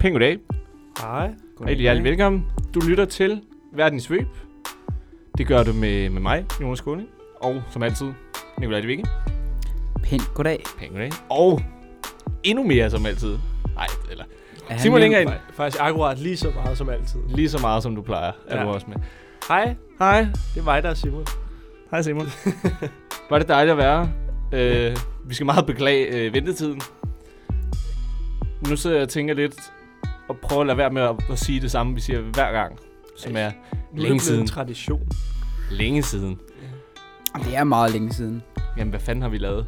Pæn goddag. Hej. Rigtig hjertelig velkommen. Du lytter til Verden i Svøb. Det gør du med mig, Jonas Skåning. Og som altid, Nikolaj Dvikke. Pæn goddag. Pæn goddag. Og endnu mere som altid. Nej, eller Simon Ingerid. Faktisk akkurat lige så meget som altid. Lige så meget som du plejer, er du også med. Hej. Hej. Det er mig, der er Simon. Hej Simon. Var det dejligt at være. Vi skal meget beklage ventetiden. Nu sidder jeg og tænker lidt og prøver at lade være med at sige det samme, vi siger hver gang. Som er længe siden. Tradition. Længe siden. Det er meget længe siden. Jamen, hvad fanden har vi lavet?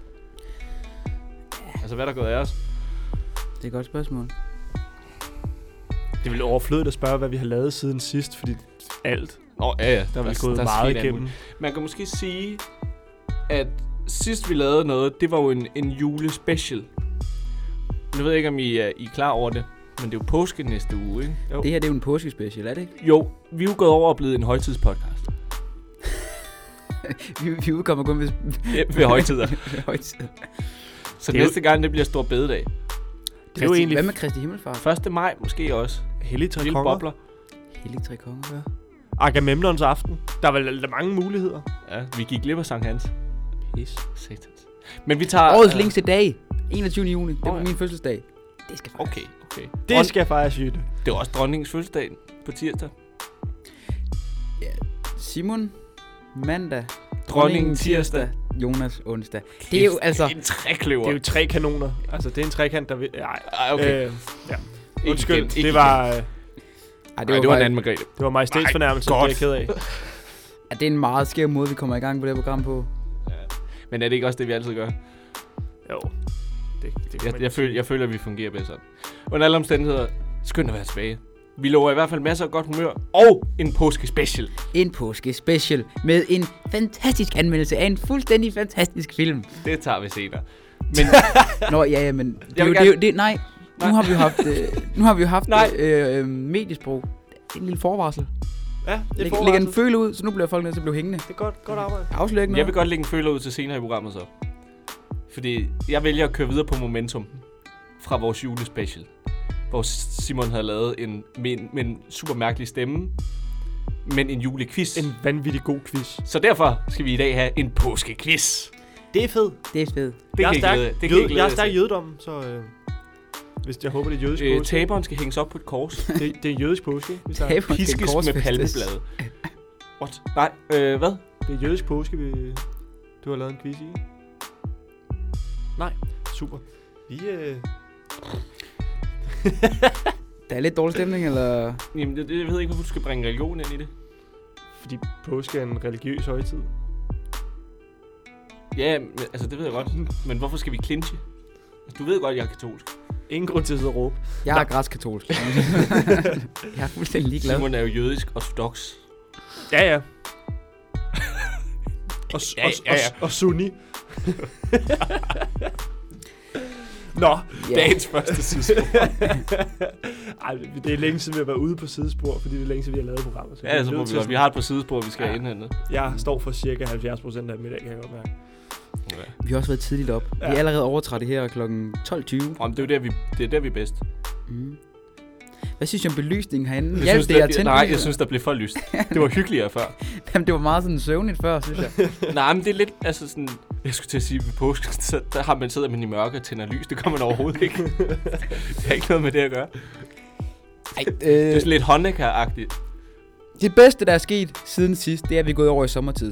Altså, hvad er der gået af os? Det er et godt spørgsmål. Det er vel overflødigt at spørge, hvad vi har lavet siden sidst, fordi alt. Nå, ja. Der har vi gået meget igennem. Man kan måske sige, at sidst vi lavede noget, det var jo en julespecial. Jeg ved ikke, om I er klar over det, men det er jo påske næste uge, ikke? Jo. Det her, det er jo en påskespecial, er det ikke? Jo, vi er jo gået over og blevet en højtidspodcast. vi udkommer kun ved højtider. ved højtider. Så næste gang, det bliver stor bededag. Det er jo egentlig... Hvad med Kristi Himmelfart? 1. maj måske også. Hellig tre konger. Bobler. Hellig tre konger, ja. Agamemnons aften. Der er vel mange muligheder. Ja, vi gik glip af Sankt Hans. Yes. Satans. Men vi tager... Årets længste dag. 21. juni. Det var min fødselsdag. Det skal fejres. Okay. Det skal fejres, Jytte. Det var også dronningens fødselsdag på tirsdag. Ja. Simon mandag. Dronningen tirsdag. Jonas onsdag. Det er jo altså... en trækløver. Det er jo 3 kanoner. Altså, det er en trekant, der vil... Nej, okay. Ja. Undskyld, det var... det var en anden Margrethe. Det var majestætsfornærmelse, det er jeg ked af. Det er en meget skæv måde, vi kommer i gang på det her program på. Ja. Men er det ikke også det, vi altid gør? Jo. Jeg føler, at vi fungerer bedre sådan. Under alle omstændigheder, skønt at være tilbage. Vi lover i hvert fald masser af godt humør og en påskespecial. En påskespecial med en fantastisk anmeldelse af en fuldstændig fantastisk film. Det tager vi senere. Men Nå ja, men nej. Nu har vi jo haft mediesprog. En lille forvarsel. Ja, det er lægger en føler ud, så nu bliver folk nødt til at blive hængende. Det er godt arbejde. Afslører ikke noget. Jeg vil godt lægge en føler ud til senere i programmet så. Fordi jeg vælger at køre videre på momentum fra vores julespecial. Hvor Simon havde lavet en super mærkelig stemme, men en julequiz. En vanvittig god quiz. Så derfor skal vi i dag have en påskequiz. Det er fedt. Jeg er stærk jødedom, så hvis jeg håber, det er jødisk påske. Taberen skal hænges op på et kors. det er jødisk påske. Piskes med palmeblade. What? Nej, hvad? Det er jødisk påske, du har lavet en quiz i. Nej, super. Vi Der er lidt dårlig stemning, eller? Jamen, jeg ved ikke, hvorfor du skal bringe religion ind i det. Fordi påske er en religiøs højtid. Ja, men, altså det ved jeg godt. Men hvorfor skal vi clinche? Altså, du ved godt, at jeg er katolsk. Ingen grund til at sidde og råbe. Jeg er græskatolsk. Jeg er fuldstændig ligeglad. Simon er jo jødisk ortodox. Ja. Og sunni. Nå, dagens første sidespor. Ej, det er længe siden, vi har været ude på sidespor, fordi det er længe siden, vi har lavet programmet. Så så må vi godt. Vi har et par sidespor, vi skal indhente. Jeg står for cirka 70% af dem i dag, kan jeg godt mærke. Okay. Vi har også været tidligt op. Vi er allerede overtræt her kl. 12:20. Det er der, vi er bedst. Mm. Hvad synes du om belysningen herinde? Jeg synes, der blev for lyst. Det var hyggeligere før. Jamen, det var meget sådan søvnigt før, synes jeg. Nej, men det er lidt, altså sådan... Jeg skulle til at sige, ved påske, der har man siddet i mørke og tænder lys. Det kommer man overhovedet ikke. Det har ikke noget med det at gøre. Det er sådan lidt Honecker-agtigt. Det bedste, der er sket siden sidst, det er, at vi er gået over i sommertid.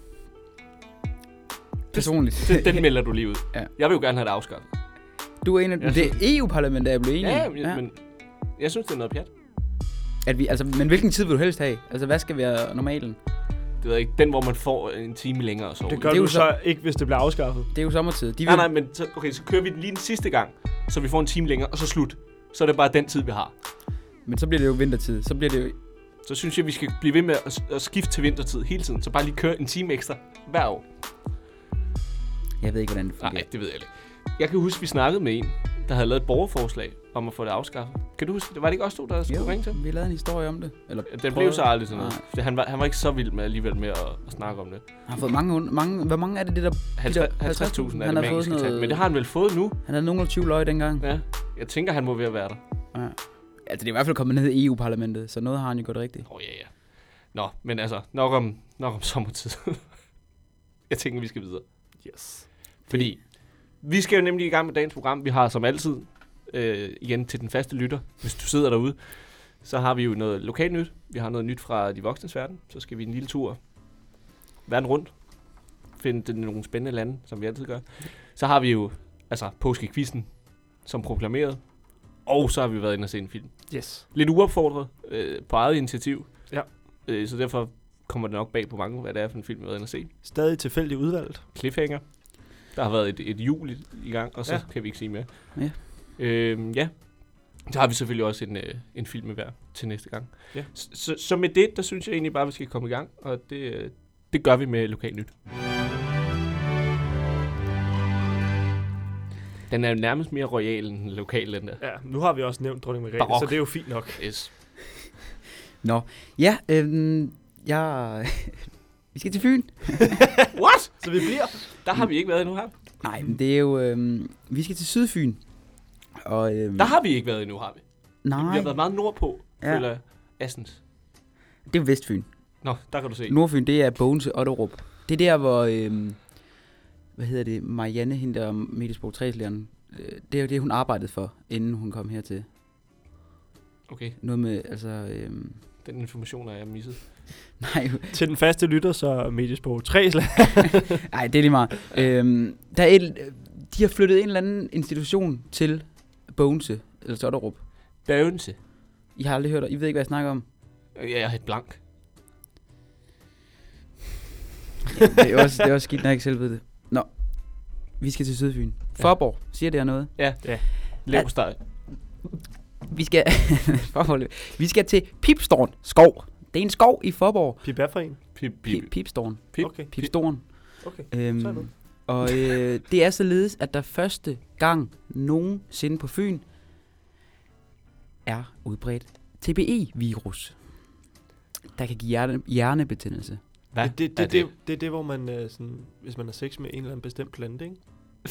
Personligt. Den melder du lige ud. Ja. Jeg vil jo gerne have det afskaffet. Du er en af dem. Det er EU-parlamentet, der er blevet enige. Ja, men jeg synes, det er noget pjat. Men hvilken tid vil du helst have? Altså, hvad skal være normalen? Det ved jeg ikke. Den, hvor man får en time længere og så. Det gør det du så ikke, hvis det bliver afskaffet. Det er jo sommertid. Nej, men så kører vi den lige den sidste gang, så vi får en time længere, og så slut. Så er det bare den tid, vi har. Men så bliver det jo vintertid. Så synes jeg, vi skal blive ved med at skifte til vintertid hele tiden. Så bare lige køre en time ekstra hver år. Jeg ved ikke, hvordan det fungerer. Nej, det ved jeg ikke. Jeg kan huske, vi snakkede med en, der havde lavet et borgerforslag om at få det afskaffet. Kan du huske det? Var det ikke også der skulle ringe til? Vi lavede en historie om det. Eller den blev så aldrig sådan noget. Han var ikke så vild med alligevel med at snakke om det. Han har fået mange hvor mange er det der? 50.000 er det magiske tal. Men det har han vel fået nu? Han havde nogen 20 løg dengang. Ja, jeg tænker, han må ved at være der. Ja. Altså, det er i hvert fald kommet ned i EU-parlamentet, så noget har han jo gjort rigtigt. Ja. Nå, men altså, nok om sommertid. Jeg tænker, vi skal videre. Yes. Fordi vi skal jo nemlig i gang med dagens program. Vi har som altid, igen til den faste lytter, hvis du sidder derude, så har vi jo noget lokalt nyt. Vi har noget nyt fra de voksnes verden. Så skal vi en lille tur verden rundt. Finde nogle spændende lande, som vi altid gør. Så har vi jo påskekvisten, som proklameret. Og så har vi været inde og se en film. Yes. Lidt uopfordret, på eget initiativ. Ja. Så derfor kommer det nok bag på mange, hvad det er for en film, vi har været inde og se. Stadig tilfældigt udvalgt. Cliffhanger. Der har været et jul i gang, og så kan vi ikke sige mere. Ja. Så har vi selvfølgelig også en film med hver til næste gang. Ja. Så med det, der synes jeg egentlig bare, vi skal komme i gang, og det gør vi med Lokal Nyt. Den er jo nærmest mere royal end lokal, den der. Ja, nu har vi også nævnt Dronning Margrethe, så det er jo fint nok. Yes. Nå, ja, vi skal til Fyn. What? Så vi bliver? Der har vi ikke været endnu her. Nej, men det er jo, vi skal til Sydfyn. Og, der har vi ikke været endnu, har vi? Nej. Vi har været meget nordpå, føler Assens. Det er jo Vestfyn. Nå, der kan du se. Nordfyn, det er Bogense Otterup. Det er der, hvor, Marianne, hende der mediesprog 3-læreren, det er jo det, hun arbejdede for, inden hun kom hertil. Okay. Noget med, Den information er jeg misset. Nej. Til den faste lytter, så mediesprog 3. Nej, det er lige meget. De har flyttet en eller anden institution til Bogense, eller til Otterup. Bogense? I har aldrig hørt, I ved ikke, hvad jeg snakker om? Ja, jeg er helt blank. Det er også skidt, når jeg ikke selv ved det. Nå, vi skal til Sydfyn. Fåborg, siger det her noget? Ja. Leverpostej. Vi skal til Pipstorn skov. Det er en skov i Fåborg. Pip er for en? Pipstorn. Okay. Pipstorn. Okay, så er det. Og det er således, at der første gang nogensinde på Fyn er udbredt TBE-virus, der kan give hjernebetændelse. Hvad? Det er det, hvor man, hvis man har sex med en eller anden bestemt plante, ikke?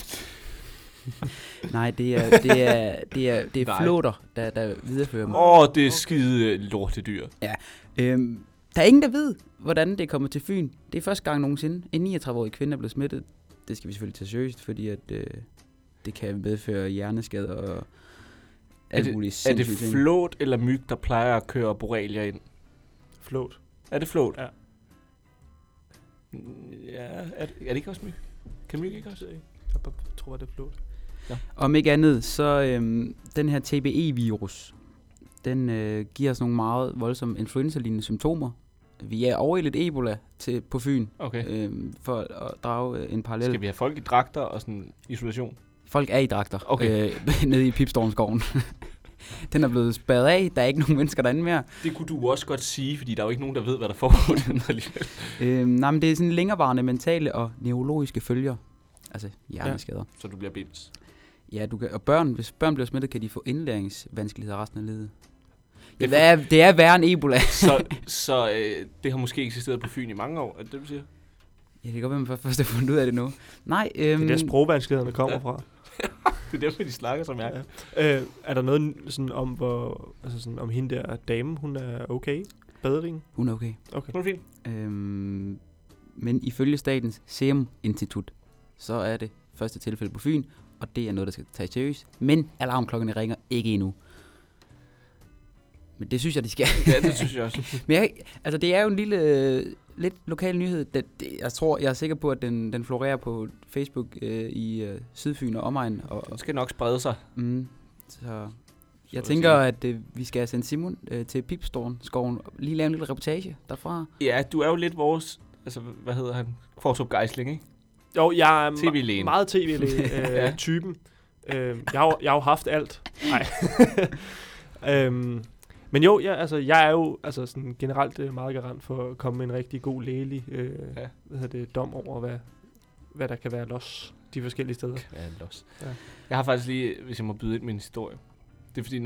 Nej, det er flåter, der viderefører dem. Det er skide lortedyr. Ja. Der er ingen, der ved, hvordan det kommer til Fyn. Det er første gang nogensinde. En 39-årig kvinde er blevet smittet. Det skal vi selvfølgelig tage seriøst, fordi at, det kan medføre hjerneskader og alt muligt sindssygt. Er det flåt eller myg, der plejer at køre borrelia ind? Flåt. Er det flåt? Ja. Ja, er det ikke også myg? Kan myg ikke også? Jeg tror, det er flot. Ja. Om ikke andet, så den her TBE-virus, den giver os nogle meget voldsomme influenza-lignende symptomer. Vi er over i lidt Ebola på Fyn, for at drage en parallel. Skal vi have folk i dragter og sådan isolation? Folk er i dragter, nede i Pipstornskoven. Den er blevet spadet af, der er ikke nogen mennesker derinde mere. Det kunne du også godt sige, fordi der er jo ikke nogen, der ved, hvad der foregår den alligevel. Nej, men det er sådan længerevarende mentale og neurologiske følger. Altså hjerneskader. Ja, så du bliver bims. Ja, og hvis børn bliver smittet, kan de få indlæringsvanskeligheder resten af livet. Ja, det er værre end Ebola. så det har måske eksisteret på Fyn i mange år, er det du siger? Ja, det kan godt være, man først har fundet ud af det nu. Nej, det er der sprogvanskelighederne kommer fra. Det er derfor, de snakker som jeg. Ja. Er der noget sådan om, om hende der dame, hun er okay? Bedring? Hun er okay. Hun er fin. Men ifølge Statens Serum Institut, så er det første tilfælde på Fyn, og det er noget, der skal tages seriøst. Men alarmklokkerne ringer ikke endnu. Men det synes jeg, de skal. Ja, det synes jeg også. Men det er jo en lille, lidt lokal nyhed. Jeg er sikker på, at den florerer på Facebook i Sydfyn og omegn. Den skal nok sprede sig. Så jeg tænker, at vi skal sende Simon til Pipstorn-skoven og lige lave en lille reportage derfra. Ja, du er jo lidt vores, hvad hedder han? Kvartrup Geisling, ikke? Jo, jeg er meget tv-læge-typen. Jeg har jo haft alt. Nej. Men jo, jeg er jo sådan generelt meget garant for at komme med en rigtig god lægelig dom over, hvad der kan være los de forskellige steder. Ja, los. Ja. Jeg har faktisk lige, hvis jeg må byde ind med en historie. Det er fordi,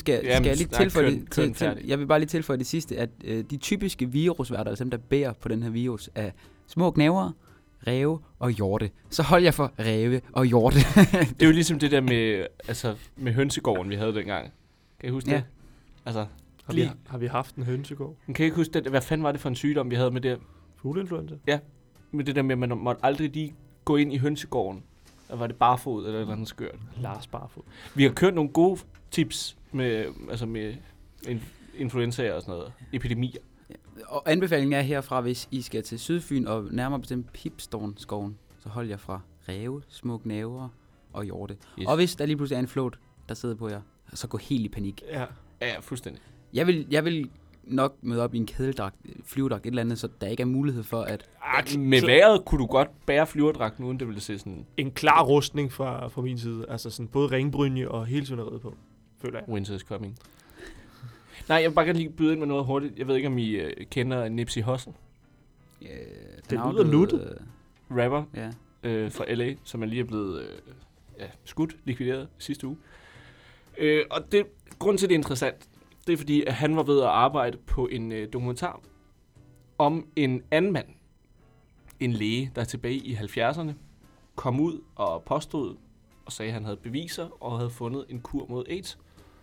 jeg vil bare lige tilføje det sidste, at de typiske virusværter, altså dem, der bærer på den her virus, er små gnavere, ræve og hjorte. Så hold jeg for ræve og hjorte. Det er jo ligesom det der med hønsegården, vi havde dengang. Kan I huske det? Altså, har vi haft en hønsegård? Kan I ikke huske det? Hvad fanden var det for en sygdom, vi havde med det? Fugleinfluenza? Ja, med det der med, at man måtte aldrig lige gå ind i hønsegården. Der var det barfod eller et eller andet skørt. Lars Barfod. Vi har kørt nogle gode tips med influenzaer og sådan noget. Epidemier. Ja. Og anbefalingen er herfra, hvis I skal til Sydfyn og nærmere bestemt Pipstornskoven, så hold jer fra ræve, smuk næver og hjorte. Yes. Og hvis der lige pludselig er en flåt, der sidder på jer, så gå helt i panik. Ja, fuldstændig. Jeg vil nok møde op i en kædeldragt, flyverdragt, et eller andet, så der ikke er mulighed for at... Med vejret kunne du godt bære flyverdragten, uden det ville se sådan... En klar rustning fra min side. Altså sådan både ringbrynje og hele svineriet på, føler jeg. Winter is coming. Nej, jeg vil bare gerne lige byde ind med noget hurtigt. Jeg ved ikke, om I kender Nipsey Hussle. Det lyder nuttet. Rapper fra LA, som er lige blevet skudt, likvideret sidste uge. Og grunden til, det er interessant, det er fordi, at han var ved at arbejde på en dokumentar om en anden mand. En læge, der tilbage i 70'erne kom ud og påstod og sagde, at han havde beviser og havde fundet en kur mod AIDS.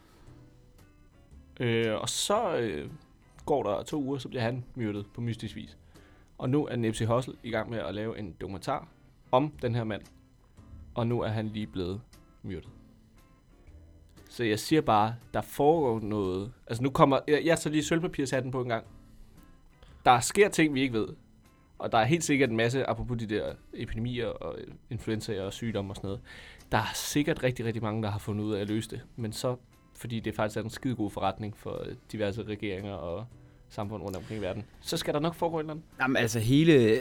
Og så går der 2 uger, så bliver han myrdet på mystisk vis. Og nu er Nipsey Hussle i gang med at lave en dokumentar om den her mand. Og nu er han lige blevet myrdet. Så jeg siger bare, der foregår noget... Altså nu kommer... Jeg tager lige sølvpapirshatten på en gang. Der sker ting, vi ikke ved. Og der er helt sikkert en masse, apropos de der epidemier og influenzaer og sygdomme og sådan noget. Der er sikkert rigtig, rigtig mange, der har fundet ud af at løse det. Men så, fordi det faktisk er en skidegod forretning for diverse regeringer og samfund rundt omkring i verden, så skal der nok foregå et eller andet. Jamen altså hele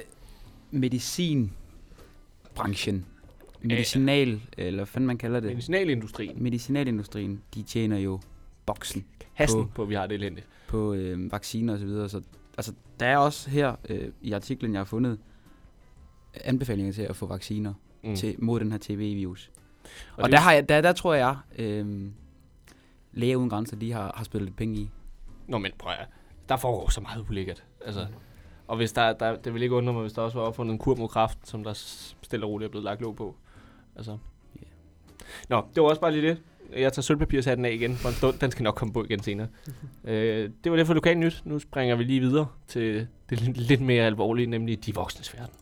medicinbranchen, eller hvad man kalder det? Medicinalindustrien, de tjener jo boksen. Hassen på, vi har det elendigt. På vacciner og så videre. Så altså, der er også her i artiklen, jeg har fundet, anbefalinger til at få vacciner mod den her TBE-virus. Og der tror jeg, Læger Uden Grænser, de har spillet lidt penge i. Nå, men prøv at, der foregår så meget ulækkert. Altså, og hvis det vil ikke undre mig, hvis der også var opfundet en kur mod kræft, som der stille og roligt er blevet lagt låg på. Altså. Yeah. Nå, det var også bare lige det. Jeg tager sølvpapirshatten af igen for en stund. Den skal nok komme på igen senere. Det var det for Lokal Nyt. Nu springer vi lige videre til det lidt mere alvorlige, nemlig de voksnes verden.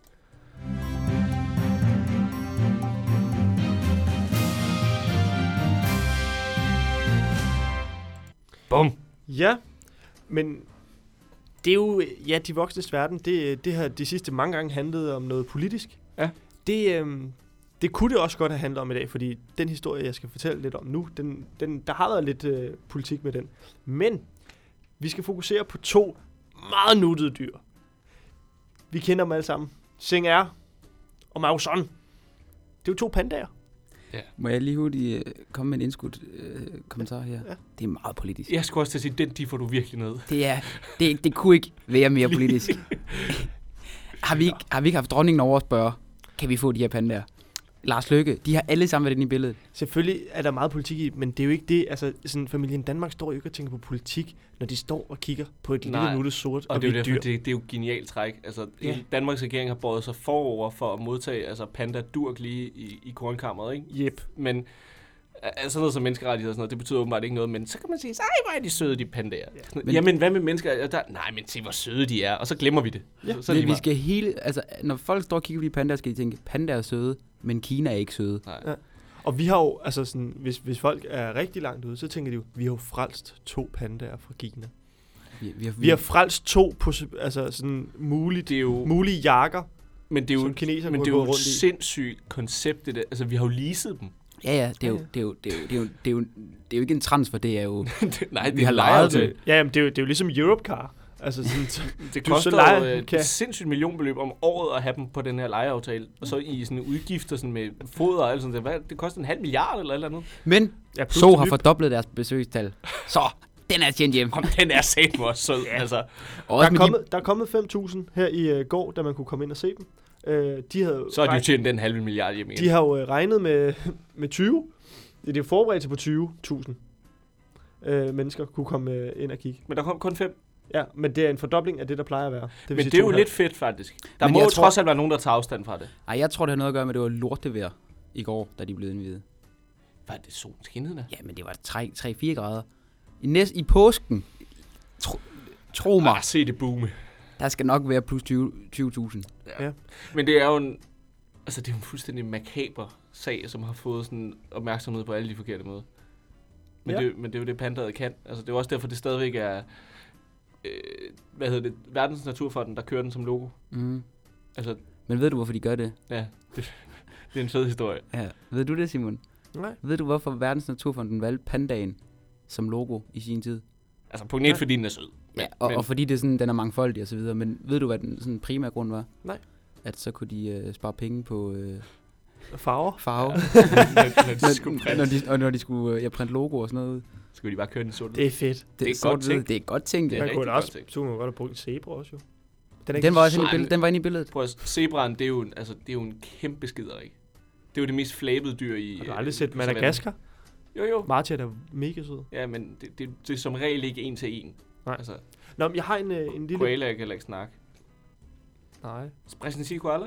Bum. Ja, men det er jo, de voksnes verden, det har de sidste mange gange handlet om noget politisk. Ja. Det kunne det også godt have handlet om i dag, fordi den historie, jeg skal fortælle lidt om nu, der har været lidt politik med den. Men vi skal fokusere på 2 meget nuttede dyr. Vi kender dem alle sammen. Xing-Er og Mao Zedong. Det er jo 2 pandaer. Ja. Må jeg lige hurtigt komme med en indskudt kommentar her? Ja. Det er meget politisk. Jeg skulle også til at sige, de får du virkelig ned. Det kunne ikke være mere politisk. Har vi ikke haft dronningen over at spørge, kan vi få de her pandaer? Lars Løkke, de har alle sammen været inde i billedet. Selvfølgelig er der meget politik i, men det er jo ikke det. Altså, sådan, familien Danmark står jo ikke og tænker på politik, når de står og kigger på et lille nuttet sort og det er dyr. Det er jo genialt træk. Altså, Danmarks regering har båret sig forover for at modtage panda-durk lige i kornkammeret, ikke? Yep. Men sådan noget som menneskerettigheder og sådan noget, det betyder åbenbart ikke noget, men så kan man sige, hvor er de søde, de pandaer. Ja. Jamen, hvad med mennesker? Nej, men se, hvor søde de er, og så glemmer vi det. Ja. Så men vi skal når folk står og kigger på de pandaer, skal de tænke, pandaer er søde, men Kina er ikke søde. Ja. Og vi har jo, altså sådan, hvis folk er rigtig langt ude, så tænker de jo, vi har jo frelst 2 pandaer fra Kina. Vi har frelst 2 sådan mulige jakker, men det er jo, som kineserne men det er jo et sindssygt koncept, det der. Altså, vi har jo leaset dem. Ja, det er jo ikke en transfer, det er jo... Nej, vi har lejet det. Ja, men det er jo ligesom Europcar. Altså sådan, det koster jo et sindssygt millionbeløb om året at have dem på den her lejeaftale. Og så i sådan udgifter sådan med foder og alt sådan det koster 500 milliarder eller et eller andet. Men så har fordoblet deres besøgstal. Så den er tjent hjem. Den er satme også sød. Ja. Altså. Der er kommet 5.000 her i går, da man kunne komme ind og se dem. Så har de tjent den 500 milliarder hjem igen. De har jo regnet med 20. Det er forberedt på 20.000 mennesker kunne komme ind og kigge. Men der kom kun 5. Ja, men det er en fordobling af det, der plejer at være. Men det er jo lidt fedt, faktisk. Der må jo trods alt være nogen, der tager afstand fra det. Nej, jeg tror, det har noget at gøre med, at det var lortevejr i går, da de blev indvidet. Var det solen skinnede der? Ja, men det var 3-4 grader. I påsken, tro mig, se det boome. Der skal nok være plus 20.000. Ja. Men det er jo det er jo en fuldstændig makaber sag, som har fået sådan opmærksomhed på alle de forkerte måder. Men det er jo det, pandaet kan. Altså, det er jo også derfor, det stadigvæk er Verdens Naturfonden, der kører den som logo. Mm. Altså, men ved du, hvorfor de gør det? Ja, det er en fed historie. Ja. Ved du det, Simon? Nej. Ved du, hvorfor Verdens Naturfonden valgte pandaen som logo i sin tid? Altså, punkt 1, fordi den er sød. Ja, og fordi det er sådan, den er mangfoldig og så videre. Men ved du, hvad den sådan primære grund var? Nej. At så kunne de spare penge på farver. Når de skulle printe logo og sådan noget ud. Så skulle de bare køre den sort. Det er fedt. Det er godt tænkt. Det er godt tænkt. Man kunne også godt have brugt en zebra også jo. Den var også den var inde i billedet. Prøv at zebraen, det er jo en kæmpe skider, ikke? Det er jo det mest flabede dyr i... Har du aldrig set Madagaskar? Jo. Martin er mega sød. Ja, men det er som regel ikke en til en. Nej. Altså, nå, men jeg har en lille... Koala kan heller ikke snakke. Nej. Sprechen Sie koala?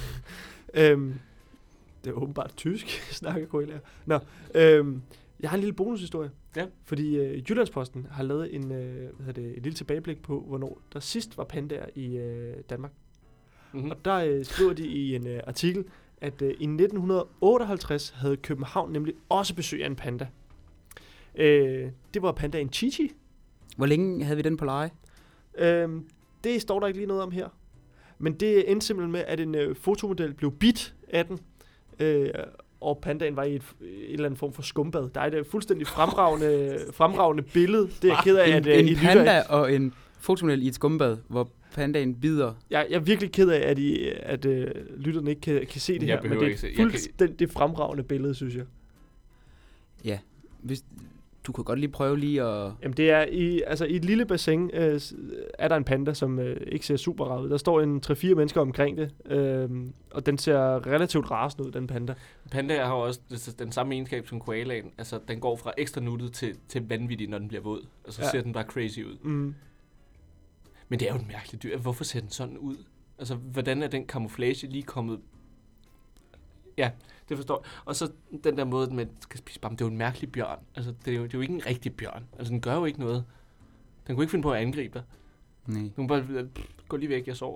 Det er åbenbart tysk, snakker koala. Nå, jeg har en lille bonushistorie. Ja. Fordi Jyllandsposten har lavet et lille tilbageblik på, hvornår der sidst var pandaer i Danmark. Mm-hmm. Og der skriver de i en artikel, at i 1958 havde København nemlig også besøg af en panda. Det var pandaen Chichi. Hvor længe havde vi den på leje? Det står der ikke lige noget om her. Men det endte simpelthen med, at en fotomodel blev bidt af den, og pandaen var i et eller andet form for skumbad. Der er et fuldstændig fremragende billede. Det er jeg ked af, at en panda og en fotomodel i et skumbad, hvor pandaen bider. Jeg er virkelig ked af, at lytterne ikke kan se det her, men det er et fuldstændig fremragende billede, synes jeg. Ja, du kan godt lige prøve lige at... Jamen det er i et lille bassin er der en panda, som ikke ser super rar ud. Der står en 3-4 mennesker omkring det, og den ser relativt rasende ud, den panda. Pandaer har også den samme egenskab som koalaen. Altså den går fra ekstra nuttet til vanvittig, når den bliver våd. Og så ser den bare crazy ud. Mm. Men det er jo et mærkeligt dyr. Hvorfor ser den sådan ud? Altså hvordan er den camouflage lige kommet... Ja, det forstår jeg. Og så den der måde, med skal spise bam, det er jo en mærkelig bjørn. Altså, det er jo ikke en rigtig bjørn. Altså, den gør jo ikke noget. Den kunne ikke finde på at angribe dig. Nej. Den kunne bare gå lige væk, jeg sover.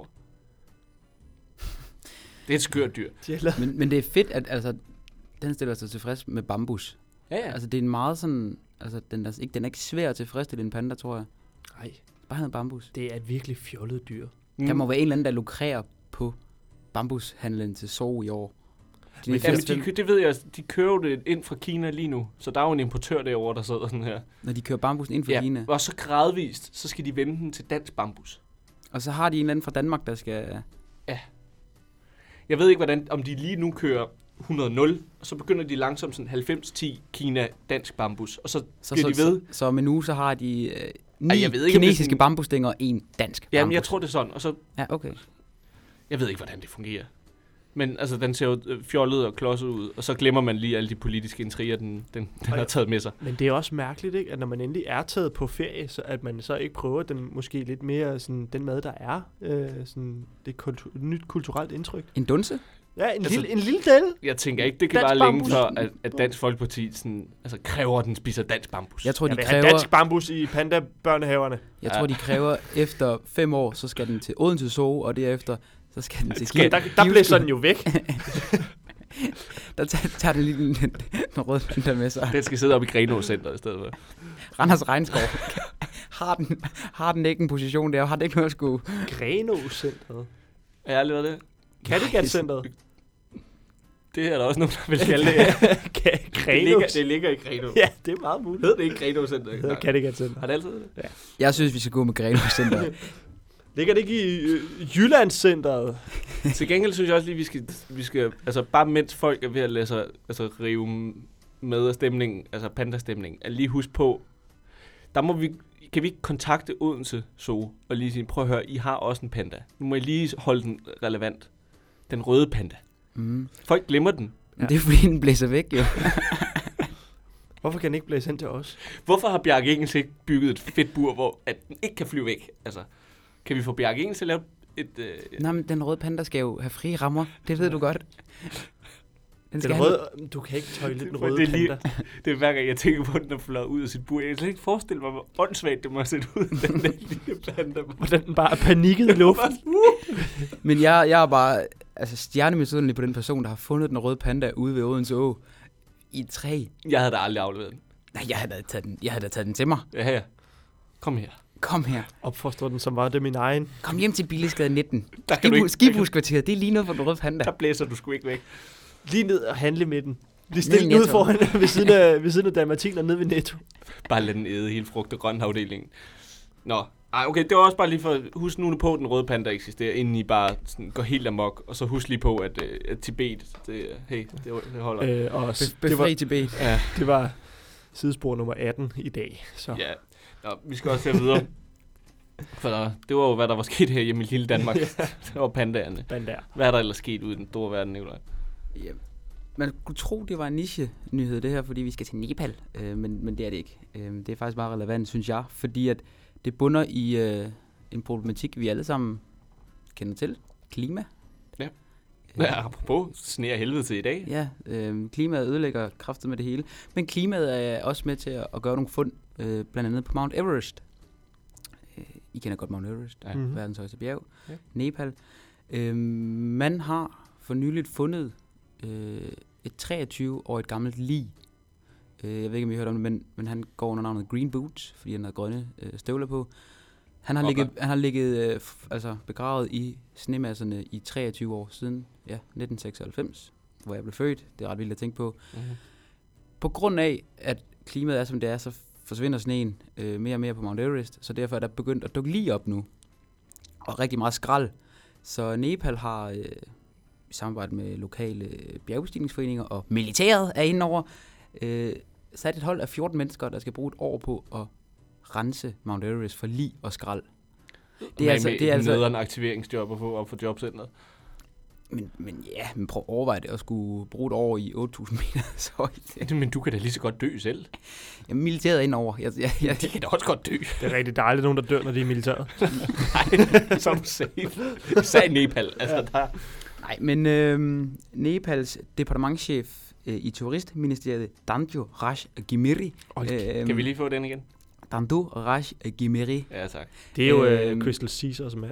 Det er et skørt dyr. Men det er fedt, at altså, den stiller sig tilfreds med bambus. Ja. Altså, det er en meget sådan... Altså, den er ikke svær at tilfredsstille en panda, tror jeg. Nej. Bare noget bambus. Det er et virkelig fjollet dyr. Der må være en eller anden, der lukrerer på bambushandlen til Zoo i år. Det ved jeg, de kører det ind fra Kina lige nu, så der er jo en importør derovre, der sidder sådan her. Når de kører bambusen ind fra Kina? Og så gradvist, så skal de vende den til dansk bambus. Og så har de en eller anden fra Danmark, der skal... Ja. Jeg ved ikke, om de lige nu kører 100-0, og så begynder de langsomt sådan 90-10 Kina dansk bambus, og så bliver de ved. Så om en uge, så har de 9 kinesiske bambusstænger og 1 dansk bambus. Jamen, jeg tror, det er sådan. Og så, ja, okay. Jeg ved ikke, hvordan det fungerer. Men altså, den ser jo fjollet og klodset ud, og så glemmer man lige alle de politiske intriger, den har taget med sig. Men det er også mærkeligt, ikke? At når man endelig er taget på ferie, så at man så ikke prøver den måske lidt mere sådan, den mad, der er. Sådan, det nyt kulturelt indtryk. En dunse? Ja, en lille del. Jeg tænker ikke, det kan dansk være længe for, at Dansk Folkeparti sådan, altså, kræver, at den spiser dansk bambus. Jeg tror, de kræver dansk bambus i panda-børnehaverne. Jeg tror, de kræver efter 5 år, så skal den til Odense Zoo, og derefter så skal den til der blæser den jo væk. Der tager den lige den røde panda med sig. Den skal sidde op i Grenaa Center i stedet for. Randers Regnskov. har den ikke en position der, og har den ikke noget at skulle... Grenaa Centeret. Er jeg aldrig været det? Kattegat Centeret. Det er der også nogen, der vil kalde det. Det ligger i Grenaa. Ja, det er meget muligt. Hed det ikke Grenaa Center? Det hedder Kattegat Center. Har det altid det? Ja. Jeg synes, vi skal gå med Grenaa Center. Ligger det ikke i Jyllandscenteret? Til gengæld synes jeg også lige, vi skal altså bare mens folk er ved at lade sig altså rive med af stemningen, altså pandastemningen, at lige huske på, kan vi ikke kontakte Odense Zoo og lige sige, prøv at høre, I har også en panda. Nu må I lige holde den relevant. Den røde panda. Mm. Folk glemmer den. Ja. Det er fordi, den blæser væk, jo. Hvorfor kan den ikke blæse hen til os? Hvorfor har Bjarke Ingels ikke bygget et fedt bur, hvor at den ikke kan flyve væk? Altså, kan vi få Bjarke Ingels til at lave et... Nej, men den røde panda skal jo have frie rammer. Det ved du godt. Den røde, du kan ikke tøjle den røde panda. Det er hver gang, jeg tænker på, den der fløjet ud af sit bur. Jeg kan slet ikke forestille mig, hvor åndssvagt det må se ud, den der lille panda. Hvordan den bare er panikket i luften. Men jeg er bare stjernemisundelig på den person, der har fundet den røde panda ude ved Odense Å i et træ. Jeg havde da aldrig afleveret den. Nej, jeg havde da taget den til mig. Ja. Kom her. Opforstår den, som var det min egen. Kom hjem til Billigsgade 19. Skibuskvarteret, det er lige noget for den røde panda. Der blæser du sgu ikke væk. Lige ned og handle med den. Lige stille ud foran ved siden af Dalmatiner ned ved Netto. Bare lad den æde hele frugt- og grøntafdelingen. Nå, okay, det var også bare lige for at huske nu på, at den røde panda eksisterer, inden I bare sådan går helt amok. Og så husk lige på, at Tibet, det holder. Og befri Tibet. Ja, det var sidespor nummer 18 i dag. Så. Ja, nå, vi skal også tage videre. For det var jo, hvad der var sket her hjemme i lille Danmark. Det var pandaerne. Hvad er der ellers sket ude i den store verden, Nikolaj? Ja, man kunne tro, det var en niche-nyhed, det her, fordi vi skal til Nepal. Men det er det ikke. Det er faktisk meget relevant, synes jeg. Fordi at det bunder i en problematik, vi alle sammen kender til. Klima. Ja. Ja, apropos sneer helvede til i dag. Ja, klimaet ødelægger kraftet med det hele. Men klimaet er også med til at gøre nogle fund, blandt andet på Mount Everest. I kender godt Mount Everest, verdens højeste bjerg. Ja. Nepal. Man har for nyligt fundet et 23-årigt gammelt lig. Jeg ved ikke, om I har hørt om det, men han går under navnet Green Boots, fordi han har grønne støvler på. Han har ligget begravet i snemasserne i 23 år siden 1996, hvor jeg blev født. Det er ret vildt at tænke på. Mm-hmm. På grund af, at klimaet er, som det er, så forsvinder sneen mere og mere på Mount Everest, så derfor er der begyndt at dukke lige op nu. Og rigtig meget skrald. Så Nepal har i samarbejde med lokale bjergbestigningsforeninger og militæret er indover sat et hold af 14 mennesker, der skal bruge et år på at rense Mount Everest for lig og skrald. Det er altså nederen aktiveringsjob at få op for jobcentret. Men prøv at overveje det at skulle bruge et år i 8.000 meter. Men du kan da lige så godt dø selv. Jamen, militæret er indover. De kan da også godt dø. Det er rigtig dejligt, nogen der dør, når de er i militæret. Nej, som safe. Især i Nepal. Der. Nej, men Nepals departementschef i turistministeriet, Danjo Raj Gimiri. Kan vi lige få den igen? Danjo Raj Gimiri. Ja, tak. Det er jo Crystal Caesars mand.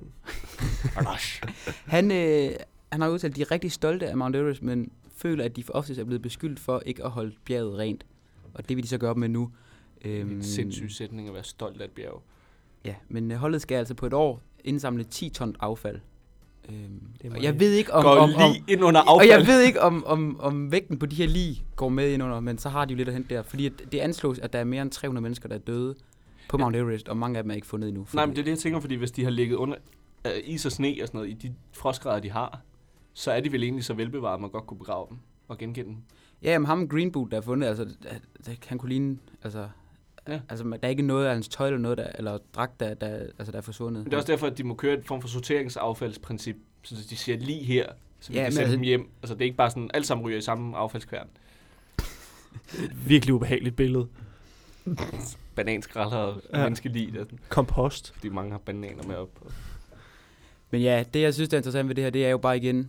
Han har udtalt, at de er rigtig stolte af Mount Everest, men føler, at de for oftest er blevet beskyldt for ikke at holde bjerget rent. Og det vil de så gøre op med nu. En sindssyg sætning at være stolt af et bjerg. Ja, men holdet skal altså på et år indsamle 10 ton affald. Og jeg ved ikke om vægten på de her lig går med ind under, men så har de jo lidt at hente der, fordi det anslås, at der er mere end 300 mennesker, der er døde på Mount Everest, og mange af dem er ikke fundet endnu. Nej, men det er det, jeg tænker, fordi hvis de har ligget under is og sne og sådan noget, i de frostgrader, de har, så er de vel egentlig så velbevaret, at man godt kunne begrave dem og genkende dem. Ja, men ham Green Boot, der er fundet, han kunne ligne, der er ikke noget af hans tøj eller noget, eller dragt, der er forsvundet. Men det er også derfor, at de må køre et form for sorteringsaffaldsprincip, så de siger lige her, så vi kan sætte dem hjem. Altså det er ikke bare sådan, alt sammen ryger i samme affaldskværn. Virkelig ubehageligt billede. Bananskralder og menneskelig. Kompost. Fordi mange har bananer med op. Men ja, det jeg synes, der er interessant ved det her, det er jo bare igen,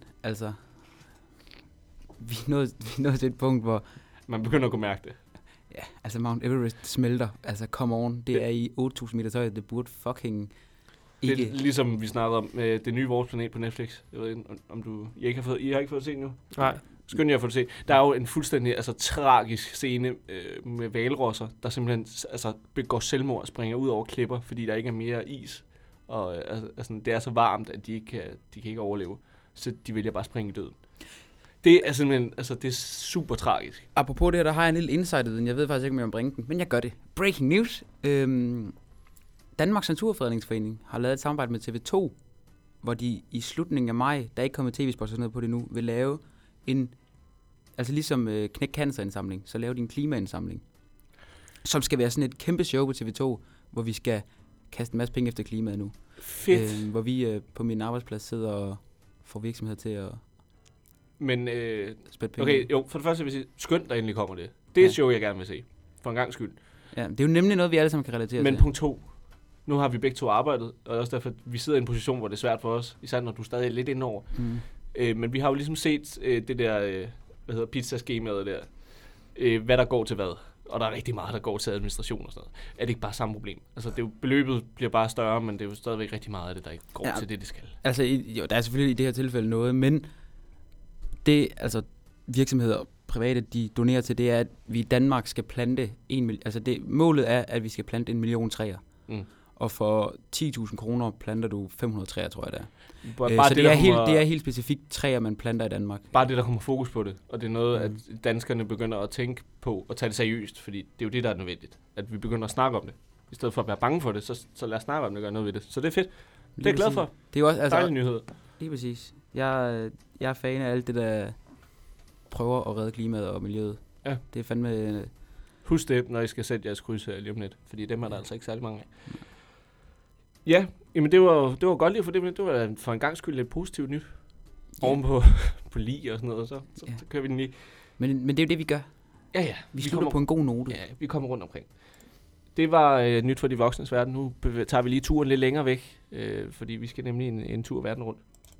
vi er nået til et punkt, hvor man begynder at kunne mærke det. Ja, Mount Everest smelter. Come on, det er i 8.000 meter højde, det burde fucking ikke. Det er ligesom vi snakkede om det nye Vores Planet på Netflix. Jeg ved ikke, om I har ikke fået set nu? Nej. Skynd jer at få det set. Der er jo en fuldstændig tragisk scene med hvalrosser, der simpelthen begår selvmord og springer ud over klipper, fordi der ikke er mere is. Og det er så varmt, at de kan ikke overleve. Så de vælger bare at springe i døden. Det er simpelthen, det er super tragisk. Apropos det her, der har jeg en lille insight, jeg ved faktisk ikke, om jeg må bringe den, men jeg gør det. Breaking news. Danmarks Naturfredningsforening har lavet et samarbejde med TV2, hvor de i slutningen af maj, der er ikke kommet tv-spot sådan noget på det nu, vil lave en, ligesom Knæk Cancer-indsamling, så lave de en klimaindsamling, som skal være sådan et kæmpe show på TV2, hvor vi skal kaste en masse penge efter klimaet nu. Fedt. Hvor vi på min arbejdsplads sidder og får virksomheder til at spætte penge. Okay, jo, for det første vil jeg sige, skønt, der endelig kommer det. Det er et show, jeg gerne vil se. For en gang skyld. Ja, det er jo nemlig noget, vi alle sammen kan relatere til. Men punkt 2. Nu har vi begge to arbejdet, og også derfor, vi sidder i en position, hvor det er svært for os, især når du stadig er lidt indover. Men vi har jo ligesom set det der pizzaskemaet der, hvad der går til hvad. Og der er rigtig meget, der går til administration og sådan noget. Er det ikke bare samme problem? Altså, beløbet bliver bare større, men det er jo stadigvæk rigtig meget af det, der ikke går til det skal. Altså, jo, der er selvfølgelig i det her tilfælde noget, men det, altså, virksomheder og private, de donerer til, det er, at vi i Danmark skal plante målet er, at vi skal plante 1 million træer. Og for 10.000 kroner planter du 500 træer, tror jeg det er. Så det er helt specifikt træer, man planter i Danmark. Bare det, der kommer fokus på det. Og det er noget, at danskerne begynder at tænke på og tage det seriøst, fordi det er jo det, der er nødvendigt. At vi begynder at snakke om det. I stedet for at være bange for det, så lad os snakke om det og gøre noget ved det. Så det er fedt. Det er jeg glad for. Det er jo også dejlig nyhed. Lige præcis. Jeg er fan af alt det, der prøver at redde klimaet og miljøet. Ja. Det er fandme... Husk det, når I skal sætte jeres kryds her lige om lidt, fordi dem er der altså ikke særlig mange af. Ja, jamen det var godt lige for det var for en gang skyld lidt positivt nyt. Ovenpå på lige og sådan noget, så kører vi den lige. Men det er jo det, vi gør. Ja. Vi slutter på en god note. Ja, vi kommer rundt omkring. Det var nyt for de voksnes verden. Nu tager vi lige turen lidt længere væk, fordi vi skal nemlig en tur verden rundt.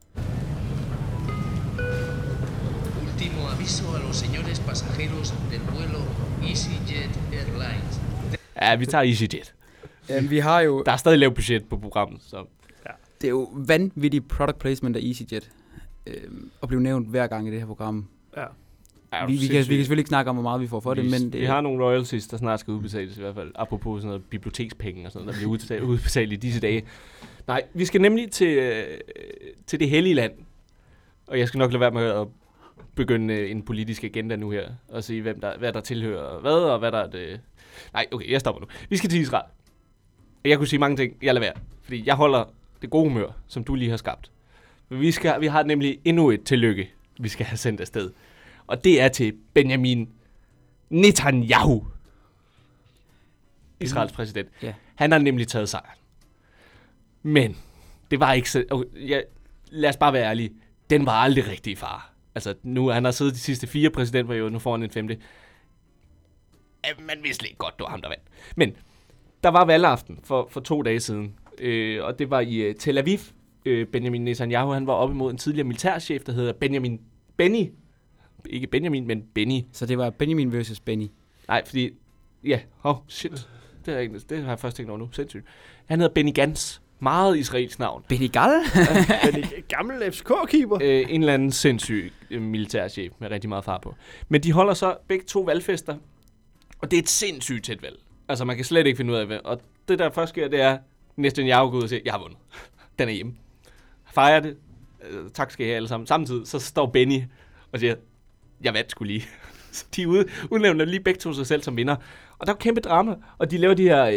Último aviso a los señores pasajeros del vuelo EasyJet Airlines. Ja, vi tager EasyJet. Vi har jo... Der er stadig lavt budget på programmet, så... Ja. Det er jo vanvittigt product placement af EasyJet. At blive nævnt hver gang i det her program. Ja. Vi kan selvfølgelig ikke snakke om, hvor meget vi får for det, men... Vi har nogle royalties, der snart skal udbetales i hvert fald. Apropos sådan noget bibliotekspenge og sådan noget, der bliver udbetalt i disse dage. Nej, vi skal nemlig til det hellige land. Og jeg skal nok lade være med at begynde en politisk agenda nu her. Og sige, hvad der tilhører hvad, og hvad der er det... Nej, okay, jeg stopper nu. Vi skal til Israel. Jeg kunne sige mange ting, jeg lader være. Fordi jeg holder det gode humør, som du lige har skabt. Vi har nemlig endnu et tillykke, vi skal have sendt afsted. Og det er til Benjamin Netanyahu, Israels præsident. Yeah. Han har nemlig taget sejren. Men det var ikke så... lad os bare være ærlige. Den var aldrig rigtig i fare. Altså, han har siddet de sidste 4 præsidentperioder, nu får han en 5. Man vidste ikke godt, det var ham, der vandt. Men der var valgaften for 2 dage siden, og det var i Tel Aviv. Benjamin Netanyahu, han var op imod en tidligere militærchef, der hedder Benny. Ikke Benjamin, men Benny. Så det var Benjamin versus Benny? Nej, fordi... Ja, shit. Det har jeg først tænkt over nu. Sindssygt. Han hedder Benny Gantz. Meget israelsk navn. Benny Gall? Gammel FCK-keeper. En eller anden sindssyg militærchef med rigtig meget far på. Men de holder så begge 2 valgfester, og det er et sindssygt tæt valg. Altså, man kan slet ikke finde ud af det. Og det, der først sker, det er, Netanyahu går ud og siger, jeg har vundet. Den er hjemme. Fejrer det. Tak skal I have alle sammen. Samtidig så står Benny og siger, jeg vandt sgu lige. De udnævner lige begge 2 sig selv som vinder. Og der er kæmpe drama. Og de laver de her,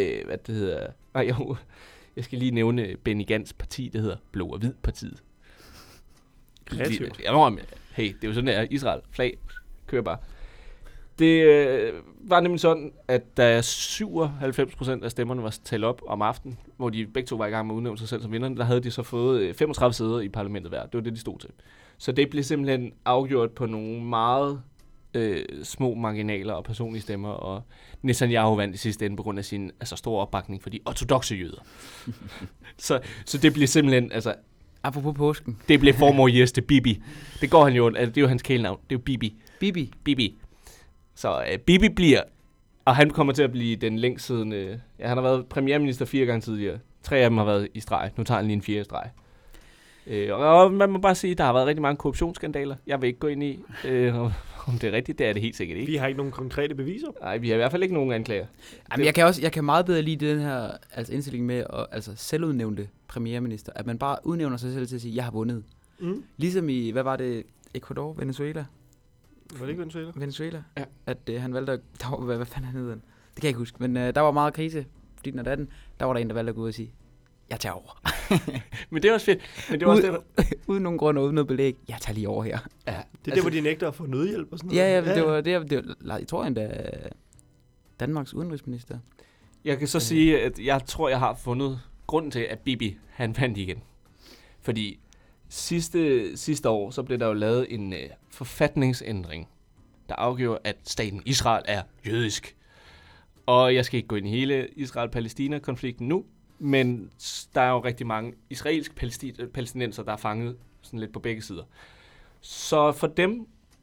jeg skal lige nævne Benny Gantz parti, det hedder Blå og Hvid partiet. Kreativt. Hey, det er jo sådan, der Israel. Flag. Kører bare. Det var nemlig sådan, at da 97% af stemmerne var talt op om aftenen, hvor de begge 2 var i gang med at udnævne sig selv som vinderne, der havde de så fået 35 sæder i parlamentet hver. Det var det, de stod til. Så det blev simpelthen afgjort på nogle meget små marginaler og personlige stemmer, og Netanyahu vandt i sidste ende på grund af sin store opbakning for de ortodokse jøder. så det blev simpelthen, altså... Apropos påsken. Det blev 4 more years til Bibi. Det går han jo, altså det er jo hans kælenavn. Det er jo Bibi. Bibi. Så Bibi bliver, og han kommer til at blive den længst siden... han har været premierminister 4 gange tidligere. 3 af dem har været i streg. Nu tager han lige en 4. streg. Og man må bare sige, at der har været rigtig mange korruptionsskandaler. Jeg vil ikke gå ind i, om det er rigtigt. Det er det helt sikkert ikke. Vi har ikke nogen konkrete beviser. Nej, vi har i hvert fald ikke nogen anklager. Jamen, jeg kan meget bedre lide den her indstilling med at selvudnævnte premierminister. At man bare udnævner sig selv til at sige, jeg har vundet. Mm. Ligesom i, hvad var det, Ecuador, Venezuela? Var det ikke Venezuela? Venezuela, ja. At han valgte at... Hvad fanden han hed den? Det kan jeg ikke huske, men der var meget krise, fordi den er datten. Der var der en, der valgte at gå ud og sige, jeg tager over. Men det er også fedt. Men det var også uden nogen grund og uden noget belæg, jeg tager lige over her. Ja. Det er det, hvor de nægter at få nødhjælp og sådan noget. Ja, det var det, jeg tror endda Danmarks udenrigsminister. Jeg kan så sige, at jeg tror, jeg har fundet grunden til, at Bibi, han vandt igen. Fordi sidste år, så blev der jo lavet en forfatningsændring, der afgjorde, at staten Israel er jødisk. Og jeg skal ikke gå ind i hele Israel-Palæstina-konflikten nu, men der er jo rigtig mange israelske palæstinenser, der er fanget sådan lidt på begge sider. Så for dem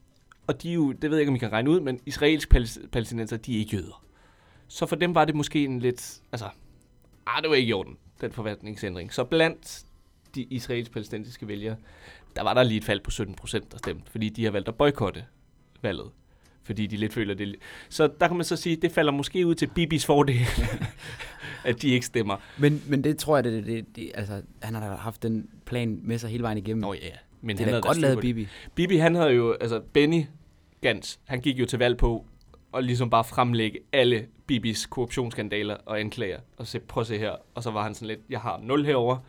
og de jo, det ved jeg ikke, om I kan regne ud, men israelske palæstinenser, de er ikke jøder. Så for dem var det måske en lidt, det var ikke i orden, den forvaltningsændring. Så blandt de israelsk-palæstinensiske vælgere, der var der lige et fald på 17%, der stemte, fordi de har valgt at boykotte valget. Fordi de lidt føler det. Så der kan man så sige, det falder måske ud til Bibis fordel, at de ikke stemmer. Men det tror jeg, altså, han har haft den plan med sig hele vejen igennem. Ja. Men det er da godt lavet, Bibi. Bibi, han havde jo, Benny Gantz, han gik jo til valg på at ligesom bare fremlægge alle Bibis korruptionsskandaler og anklager, og prøv at se her, og så var han sådan lidt, jeg har 0 herover.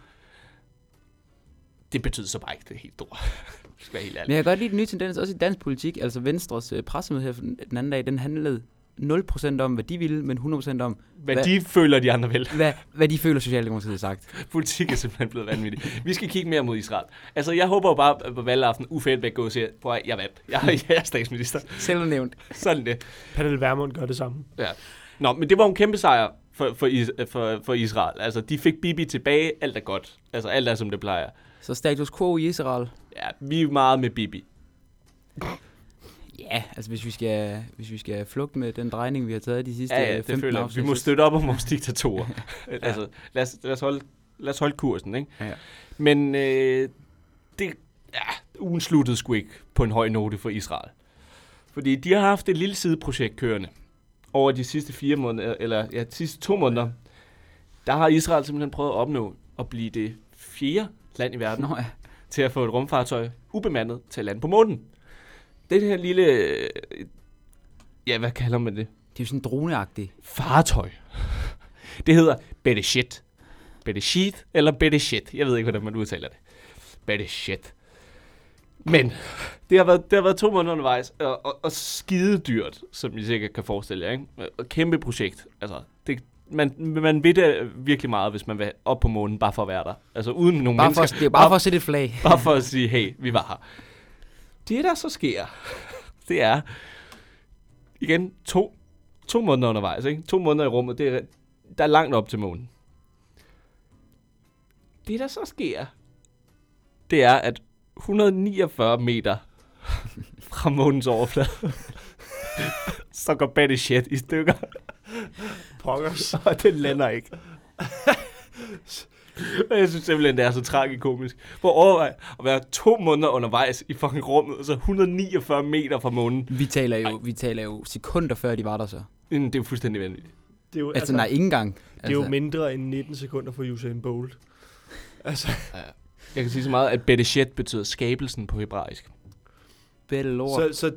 Det betyder så bare ikke det helt store. Men jeg kan godt lide den nye tendens, også i dansk politik, altså Venstres pressemøde her den anden dag, den handlede 0% om, hvad de ville, men 100% om, hvad de føler, de andre vil. Hvad de føler, Socialdemokratiet har sagt. Politik er simpelthen blevet vanvittigt. Vi skal kigge mere mod Israel. Altså, jeg håber jo bare på valgaften, Uffe Elbæk går og siger, prøv at jeg vandt. Jeg er statsminister. Selvnævnt. Sådan det. Pernille Vermund gør det samme. Ja. Nå, men det var en kæmpe sejr for Israel. Altså, de fik Bibi tilbage. Alt er godt. Altså, alt er, som det plejer. Så status quo i Israel. Ja, vi er meget med Bibi. Ja, altså hvis vi skal flugte med den drejning, vi har taget de sidste 15 år. Vi må støtte op om vores diktatorer. Altså, lad os holde kursen, ikke? Ja. Men ugen sluttede sgu ikke på en høj note for Israel. Fordi de har haft et lille sideprojekt kørende. Over de sidste 4 måneder, de sidste 2 måneder, der har Israel simpelthen prøvet at opnå at blive det 4. land i verden til at få et rumfartøj ubemandet til at lande på månen. Det her lille, hvad kalder man det? Det er jo sådan droneagtigt. Fartøj. Det hedder Bereshit. Bereshit eller Bereshit. Jeg ved ikke, hvordan man udtaler det. Bereshit. Men det har været 2 måneder undervejs, og skide dyrt, som I sikkert kan forestille jer, ikke? Og kæmpe projekt. Altså, man ved det virkelig meget, hvis man vil op på månen, bare for at være der. Altså uden nogen mennesker. Det er bare for at sætte et flag. Bare for at sige, hey, vi var her. Det, der så sker, det er, igen, 2 måneder undervejs, ikke? 2 måneder i rummet, der er langt op til månen. Det, der så sker, det er, at 149 meter fra månens overflade, så går Bereshit i stykker. Pokkers. Og det lander ikke. Jeg synes simpelthen, det er så tragikomisk. For overvej at være 2 måneder undervejs i fucking rummet, og så 149 meter fra månen. Vi taler jo sekunder før de var der så. Det er jo fuldstændig vanvittigt. Det er jo, nej, ikke engang. Det er jo mindre end 19 sekunder for Usain Bolt. Altså. Ja. Jeg kan sige så meget, at Bereshit betyder skabelsen på hebraisk. Så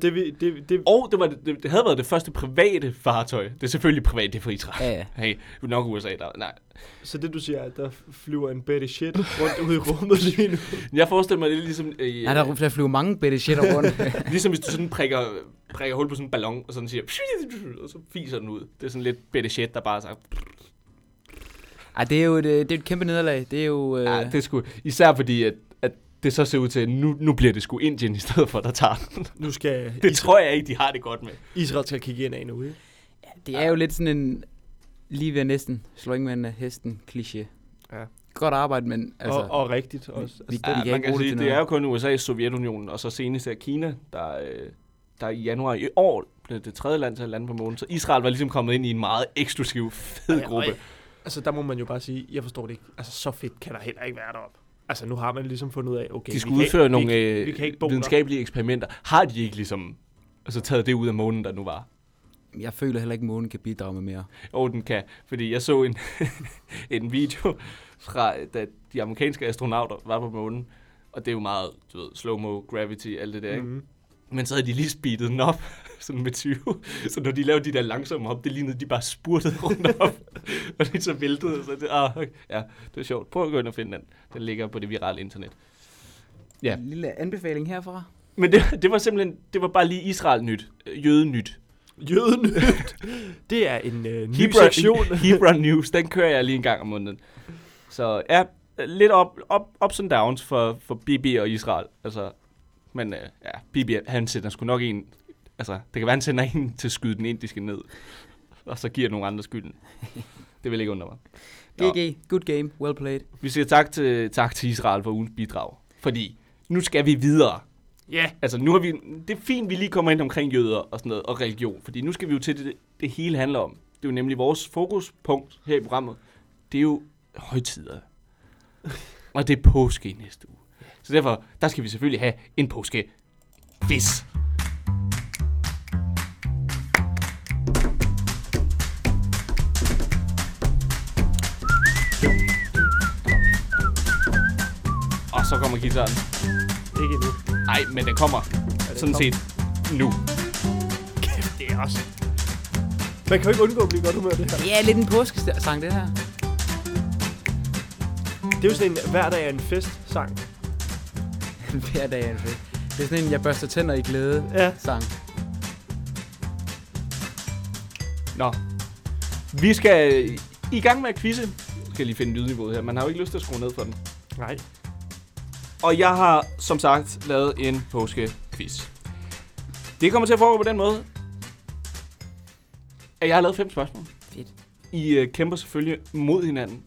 det havde været det første private fartøj. Det er selvfølgelig privat, det er for Israel. Ja. Hey, du er nok USA der. Nej. Så det du siger, at der flyver en Bereshit rundt ude i rummet lige nu? Jeg forestiller mig, det er ligesom... der flyver mange Bereshitter rundt. Ligesom hvis du sådan prikker hul på sådan en ballon, og sådan siger... Og så fiser den ud. Det er sådan lidt Bereshit, der bare sagt... Ej, det er jo et kæmpe nederlag. Det er jo... Ja, det er sgu... Især fordi, at det så ser ud til, at nu bliver det sgu Indien i stedet for, der tager den. Nu skal det tror jeg ikke, de har det godt med. Israel skal kigge ind af nu, ikke? Ja, det er jo lidt sådan en lige ved næsten slå ingen med hesten kliché. Ja. Godt arbejde, men altså... Og rigtigt også. Man kan sige, det er jo kun USA, Sovjetunionen, og så senest er Kina, der i januar i år blev det 3. land til at lande på månen. Så Israel var ligesom kommet ind i en meget eksklusiv, fed gruppe. Altså, der må man jo bare sige, jeg forstår det ikke. Altså, så fedt kan der heller ikke være deroppe. Altså, nu har man ligesom fundet ud af, okay, de skulle udføre nogle videnskabelige eksperimenter. Har de ikke ligesom taget det ud af månen, der nu var? Jeg føler heller ikke, at månen kan bidrage med mere. Jo, den kan. Fordi jeg så en video fra, da de amerikanske astronauter var på månen. Og det er jo meget, slow-mo, gravity, alt det der, ikke? Men så havde de lige speedet den op, sådan med 20. Så når de lavede de der langsomme op, det lignede, de bare spurtede rundt op. Og det så væltede. Så det, okay. Ja, det er sjovt. Prøv at gå ind og finde den. Den ligger på det virale internet. Ja. En lille anbefaling herfra. Men det var simpelthen, det var bare lige Israel-nyt. Jøde-nyt. Jøde-nyt? Det er en ny sektion. Hebrew News, den kører jeg lige en gang om måneden. Så ja, lidt ups and downs for Bibi og Israel. Altså... Men Bibi, han sender sgu nok en... Altså, det kan være, han sender en til at skyde den indiske ned. Og så giver nogle andre skylden. Det vil ikke undre mig. GG, good game, well played. Vi siger tak til Israel for ugens bidrag. Fordi nu skal vi videre. Ja. Yeah. Altså, nu har vi... Det er fint, vi lige kommer ind omkring jøder og sådan noget, og religion. Fordi nu skal vi jo til det hele handler om. Det er jo nemlig vores fokuspunkt her i programmet. Det er jo højtider. Og det er påske i næste uge. Så derfor, der skal vi selvfølgelig have en påske-quiz. Og så kommer guitaren. Ikke endnu. Nej, men den kommer sådan set nu. Kæft, det er også... Man kan jo ikke undgå at blive godt humør, det her. Ja, lidt en påskesang, det her. Det er jo sådan en hver dag er en fest-sang. Hver dag er en fest. Det er sådan en, jeg børster tænder i glæde-sang. Nå. Vi skal i gang med at quizze. Skal jeg lige finde lydniveauet her. Man har jo ikke lyst til at skrue ned for den. Nej. Og jeg har, som sagt, lavet en påske-quiz. Det kommer til at foregå på den måde, at jeg har lavet 5 spørgsmål. Fedt. I kæmper selvfølgelig mod hinanden.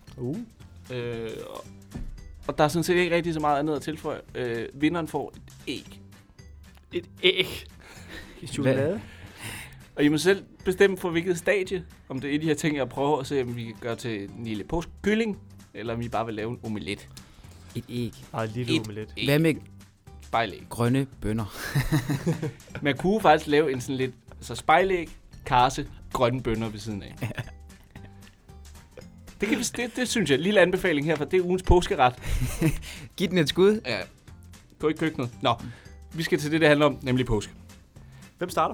Og der er sådan set ikke rigtig så meget andet at tilføje. Vinderen får et æg. Et æg? I chokolade? Og I må selv bestemme for hvilket stadie. Om det er et af de her ting, jeg prøver at se, om vi kan gøre til en lille påskekylling, eller om vi bare vil lave en omelet. Et æg. Et lille omelet. Hvad med spejlæg? Grønne bønner. Man kunne faktisk lave en sådan lidt spejlæg, karse, grønne bønner ved siden af. Det synes jeg. Lille anbefaling her, for det er ugens påskeret. Giv den et skud. Ja. Gå i køkkenet. Nå, vi skal til det handler om, nemlig påske. Hvem starter?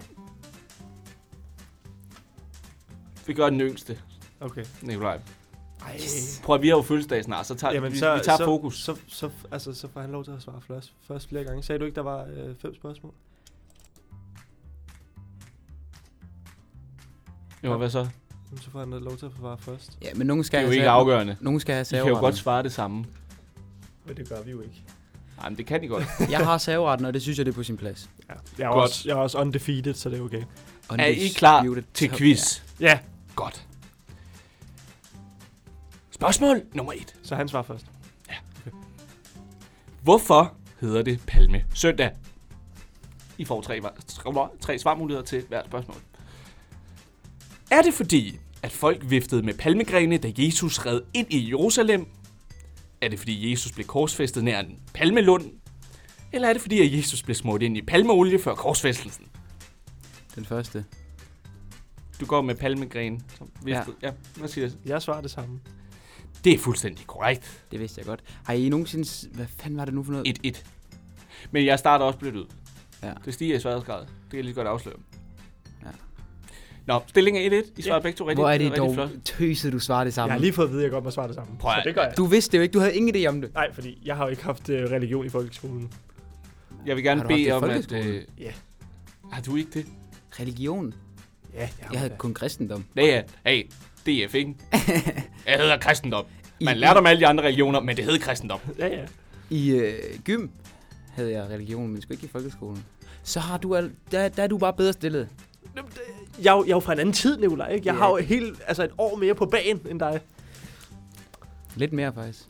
Vi gør den yngste. Okay. Nikolaj. Yes. Prøv at vi har jo fødselsdag snart, så tager vi tager fokus. Så får han lov til at svare først flere gange. Sagde du ikke, der var 5 spørgsmål? Jo, hvad så? Så får han lov til at svare først. Ja, men nogen skal det er jo ikke afgørende. Nogen skal have serveretten. I kan jo godt svare det samme. Men det gør vi jo ikke. Nej, men det kan I godt. Jeg har serveretten, og det synes jeg, det er på sin plads. Ja. Jeg er også undefeated, så det er okay. Er I klar til quiz? Ja. Godt. Spørgsmål nummer 1. Så han svarer først. Ja. Okay. Hvorfor hedder det Palme Søndag? I får 3 svarmuligheder til hvert spørgsmål. Er det fordi, at folk viftede med palmegrene, da Jesus red ind i Jerusalem? Er det fordi, Jesus blev korsfæstet nær en palmelund? Eller er det fordi, at Jesus blev smurt ind i palmeolie før korsfæstelsen? Den første. Du går med palmegrene som viftet. Ja. Hvad siger du? Jeg svarer det samme. Det er fuldstændig korrekt. Det vidste jeg godt. Har I nogensinde... Hvad fanden var det nu for noget? 1-1. Men jeg starter også blødt ud. Ja. Det stiger i sværhedsgrad. Det kan jeg lige godt afsløre. Ja. Nå, stilling er 1-1. I svarer begge to rigtigt. Hvor er det dog tøset, du svarer det samme? Jeg har lige fået at vide, at jeg godt må svare det samme. Prøv, så det gør jeg. Du vidste det jo ikke. Du havde ingen idé om det. Nej, fordi jeg har jo ikke haft religion i folkeskolen. Jeg vil gerne bede om, at... Ja. Har du ikke det? Religion? Ja, jeg havde kun kristendom. Ja. Hey, DF, ikke? Jeg hedder kristendom. Man lærte om alle de andre religioner, men det hed kristendom. Ja. I gym havde jeg religion, men sgu ikke i folkeskolen. Så har du... Der er du bare bedre stillet. Jeg er jo fra en anden tid, Nikolaj, ikke? Jeg har jo et år mere på bagen end dig. Lidt mere, faktisk.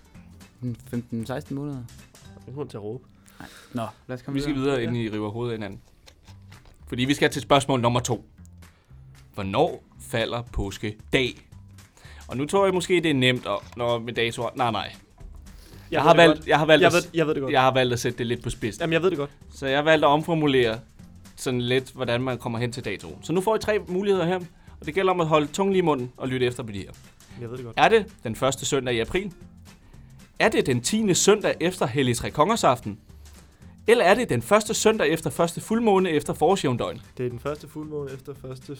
15-16 måneder. Jeg må til at råbe. Nej. Nå, lad os komme Vi skal videre, inden I river hovedet hinanden. Fordi vi skal til spørgsmål nummer 2. Hvornår falder påskedag? Og nu tror jeg måske, det er nemt, når med datoer... Nej. Jeg ved det godt. Jeg har valgt at sætte det lidt på spids. Jamen, jeg ved det godt. Så jeg har valgt at omformulere sådan lidt, hvordan man kommer hen til datoen. Så nu får I 3 muligheder her, og det gælder om at holde tungen lige i munden og lytte efter på de her. Jeg ved det godt. Er det den første søndag i april? Er det den 10. søndag efter Hellig Tre Kongers aften? Eller er det den første søndag efter første fuldmåne efter forårsjævndøgn? Det er den første fuldmåne efter første...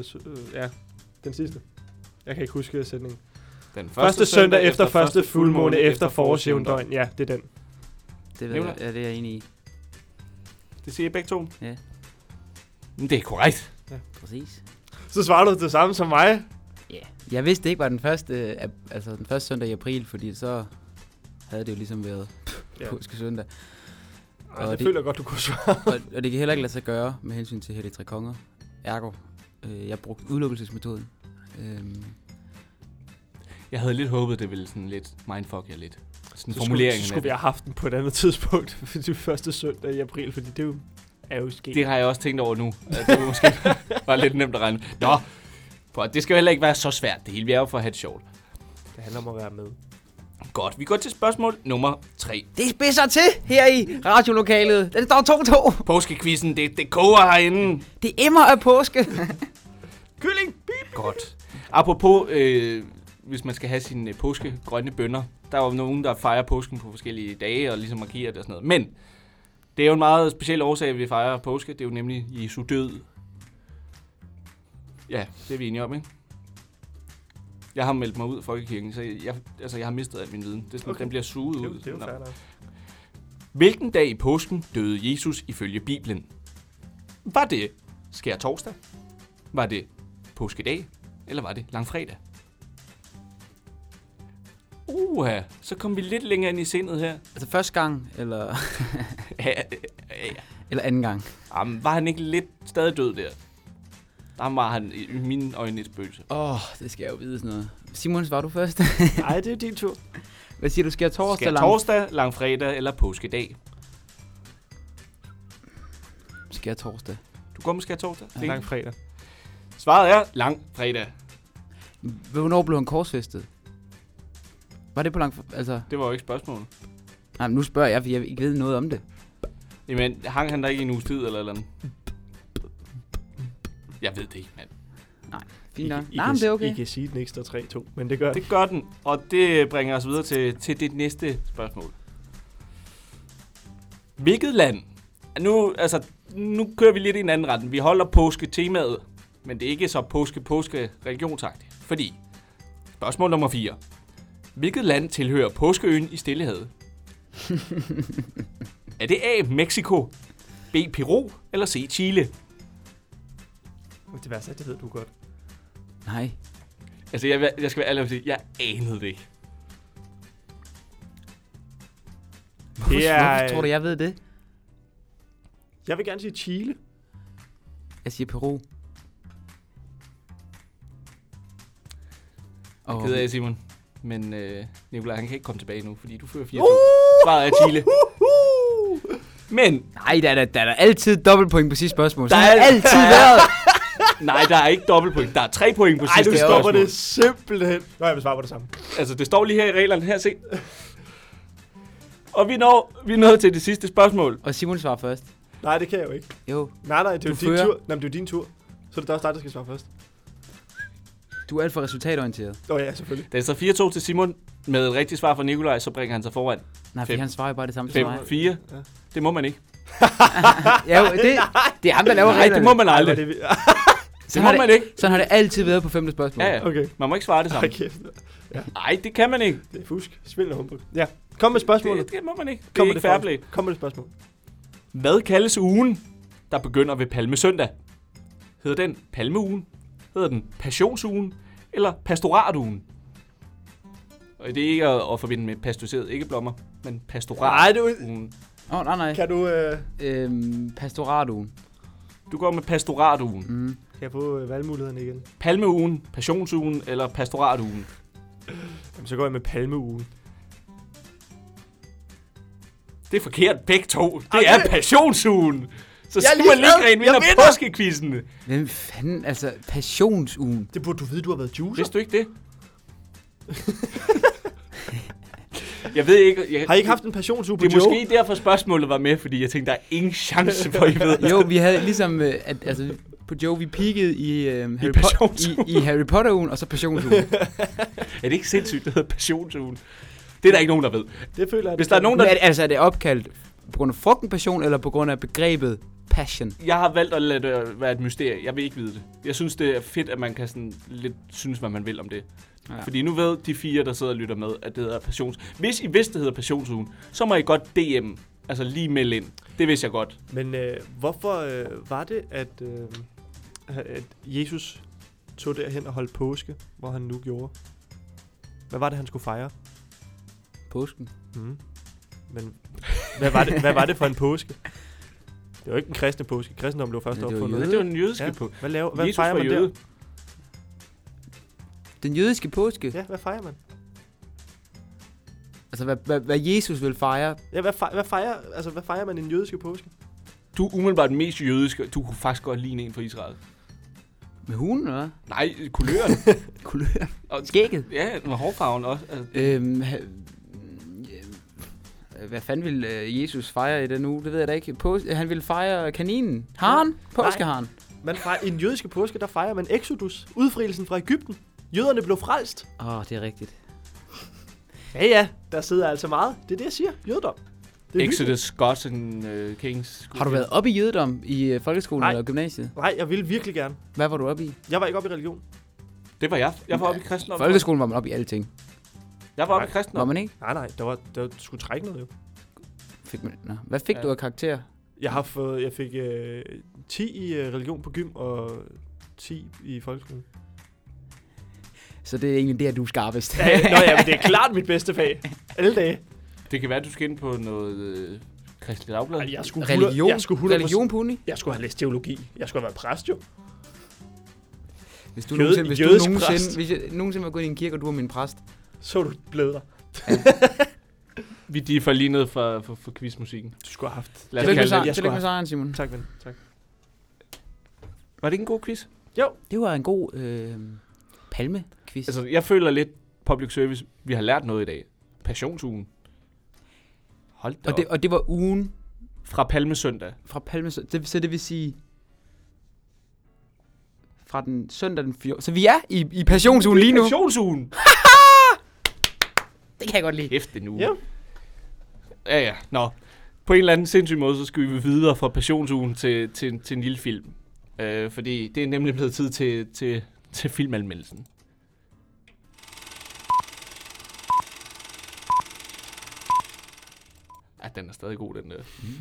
den sidste. Jeg kan ikke huske sætningen. Den første søndag efter første fuldmåne efter forårsjævndøgn. Ja, det er den. Det ved jeg, det er jeg enig i. Det siger I begge to? Ja. Men det er korrekt. Ja, præcis. Så svarer du det samme som mig? Ja. Jeg vidste det ikke var den første søndag i april, fordi så havde det jo ligesom været påskesøndag. Og det føler jeg godt, du kunne svare. og det kan heller ikke lade sig gøre med hensyn til Hellig Tre Konger. Ergo, jeg brugte udelukkelsesmetoden. Jeg havde lidt håbet, det ville sådan lidt mindfuck jer lidt. Sådan formuleringen. Så skulle vi have haft den på et andet tidspunkt, for det første søndag i april, fordi det er jo sket. Det har jeg også tænkt over nu. Det var måske bare lidt nemt at regne. Nå, for det skal jo heller ikke være så svært. Det hele vi er jo for at have det sjovt. Det handler om at være med. Godt, vi går til spørgsmål nummer 3. Det spidser til her i radiolokalet. Den står 2-2. Påskekvisten, det koger herinde. Det emmer af påske. Kylling, bip. Godt. Apropos, hvis man skal have sine påske grønne bønner. Der er jo nogen, der fejrer påsken på forskellige dage og ligesom markerer det og sådan noget. Men det er jo en meget speciel årsag, at vi fejrer påske. Det er jo nemlig Jesu død. Ja, det er vi enige om, ikke? Jeg har meldt mig ud af folkekirken, så jeg har mistet al min viden. Det er sådan, okay. Den bliver suget ud. Det er jo fair. Hvilken dag i påsken døde Jesus ifølge Bibelen? Var det skærtorsdag? Var det påskedag? Eller var det langfredag? Så kom vi lidt længere ind i sindet her. Altså første gang, eller... ja. Eller anden gang? Jamen, var han ikke lidt stadig død der? Der var han i mine øjne et spøgelse. Det skal jeg jo vide sådan noget. Simon, var du først? Nej, det er din tur. Hvad siger du, skærtorsdag? Skærtorsdag, langfredag eller påskedag? Skærtorsdag. Du går med skærtorsdag? Ja. Langfredag. Svaret er langfredag. Hvornår blev han korsfæstet? Var det på langfredag? Altså... Det var jo ikke spørgsmålet. Nej, men nu spørger jeg, for jeg ikke ved noget om det. Jamen, hang han der ikke i en uges tid eller andet? Jeg ved det ikke, mand. Nej, fint nok. Nej, men det er okay. I kan sige den ekstra 3-2, men det gør det. Det gør den, og det bringer os videre til det næste spørgsmål. Hvilket land? Nu kører vi lidt i en anden retning. Vi holder påske-temaet, men det er ikke så påske-religionsagtigt. Fordi, spørgsmål nummer 4. Hvilket land tilhører påskeøen i Stillehavet? Er det A. Mexico, B. Peru eller C. Chile? Det værste er, det ved du godt. Nej. Altså, jeg skal være ærlig og sige, jeg anede det ikke. Hvorfor tror du, jeg ved det? Jeg vil gerne sige Chile. Jeg siger Peru. Jeg er ked af, Simon. Men Nikolaj, han kan ikke komme tilbage nu, fordi du fører 4-2. Svaret er Chile. Men... Nej, der er altid dobbeltpoint på sidste spørgsmål. Der har altid været... Nej, der er ikke dobbeltpoint. Der er 3 point på sidste spørgsmål. Ej, du stopper det simpelthen. Nå, jeg vil svare på det samme. Altså, det står lige her i reglerne. Her, se. Og vi er nået til det sidste spørgsmål. Og Simon svarer først. Nej, det kan jeg jo ikke. Jo. Nej, det er jo din tur. Nej, det er jo din tur. Så er det også dig, der skal svare først. Du er alt for resultatorienteret. Ja, selvfølgelig. Det er så 4-2 til Simon. Med et rigtigt svar fra Nikolaj, så bringer han sig foran. Nej, fordi han svarer bare det samme som mig. 5-4. Ja. Det må man ikke. Ja, det er ham, der laver reglerne. Nej, det må man aldrig. Det må man ikke. Sådan har det altid været på 5. spørgsmål. Ja. Okay. Man må ikke svare det samme. Okay. Ja. Nej, det kan man ikke. Det er fusk. Svindel og humbug. Ja. Kom med spørgsmålet. Det må man ikke. Det er ikke fair play. Kom med det spørgsmål. Hvad kaldes ugen, der begynder ved Palmesøndag? Hedder den Palmeugen? Hedder den Passionsugen? Eller Pastoratugen? Og det er ikke at forbinde med pasteuriseret æggeblommer, men Pastoratugen. Nej. Kan du... Pastoratugen. Du går med Pastoratugen. Kan jeg få valgmulighederne igen? Palmeugen, Passionsugen eller Pastoratugen? Jamen, så går jeg med Palmeugen. Det er forkert begge to. Det er Passionsugen. Så Simon Lindgren vinder påskekvisten. Hvem fanden, altså Passionsugen? Det burde du vide, du har været juicer. Vidste du ikke det? Jeg ved ikke... Har I ikke haft en passionsuge på Joe? Det er måske derfor spørgsmålet var med, fordi jeg tænkte, der er ingen chance for, I ved. Jo, vi havde ligesom... på Joe, vi peakede i Harry Potter-ugen, og så Passionsugen. Er det ikke sindssygt, det hedder Passionsugen? Det er der ikke nogen, der ved. Det føler jeg. Hvis der er nogen, der... Er det opkaldt på grund af frugten passion, eller på grund af begrebet passion? Jeg har valgt at lade det være et mysterie. Jeg vil ikke vide det. Jeg synes, det er fedt, at man kan sådan lidt synes, hvad man vil om det. Ja. Fordi nu ved de 4, der sidder og lytter med, at det hedder passions... Hvis I vidste, det hedder Passionsugen, så må I godt DM, altså lige melde ind. Det vidste jeg godt. Men hvorfor var det, at Jesus tog derhen og holdt påske, hvor han nu gjorde? Hvad var det, han skulle fejre? Påsken. Men hvad var det for en påske? Det var ikke en kristne påske. Kristendommen blev først opfundet. Det var en jødiske påske. Hvad fejrer man der? Den jødiske påske? Ja, hvad fejrer man? Altså, hvad Jesus vil fejre? Ja, hvad fejrer man i den jødiske påske? Du er umiddelbart den mest jødiske. Du kunne faktisk godt ligne en fra Israel. Med hunden, eller? Nej, kuløren. Kuløren? Skægget? Ja, med hårfarven også. Altså. Hvad fanden vil Jesus fejre i den uge? Det ved jeg da ikke. Han vil fejre kaninen. Haren? Påskeharen. I den jødiske påske, der fejrer man Exodus. Udfrielsen fra Egypten. Jøderne blev frelst. Det er rigtigt. Ja, der sidder altså meget. Det er det, jeg siger. Jødedom. Exodus, Gods and Kings. Har du været oppe i jødedom i folkeskolen eller gymnasiet? Nej, jeg ville virkelig gerne. Hvad var du oppe i? Jeg var ikke oppe i religion. Det var jeg. Jeg var oppe i kristendom. I folkeskolen var man oppe i alle ting. Jeg var oppe i kristendom. Var man ikke? Nej, der skulle trække noget jo. Hvad fik du af karakter? Jeg fik 10 i religion på gym og 10 i folkeskolen. Så det er egentlig det, at du er skarpest. Men det er klart mit bedste fag. Alle dage. Det kan være, at du skal ind på noget Kristelig Dagblad. Religion på uni? Jeg skulle have læst teologi. Jeg skulle have været præst jo. Hvis du nogensinde var gået i en kirke, og du var min præst. Så du blevet der. Vi differ lige ned for quizmusikken. Du skulle have haft. Tillykke med sejren, Simon. Tak, ven. Tak. Var det ikke en god quiz? Jo. Det var en god palme-quiz. Altså, jeg føler lidt public service. Vi har lært noget i dag. Passionsugen. Hold da og det var ugen fra Palmesøndag. Så det vil sige fra den søndag den 4. Så vi er i passionsugen lige nu. Passionsugen. Det kan jeg godt lide. Hæfte nu. Ja. Ja. Nå. På en eller anden sindssyg måde, så skal vi videre fra passionsugen til en lille film. Fordi det er nemlig blevet tid til filmanmeldelsen. Ja, den er stadig god, den der.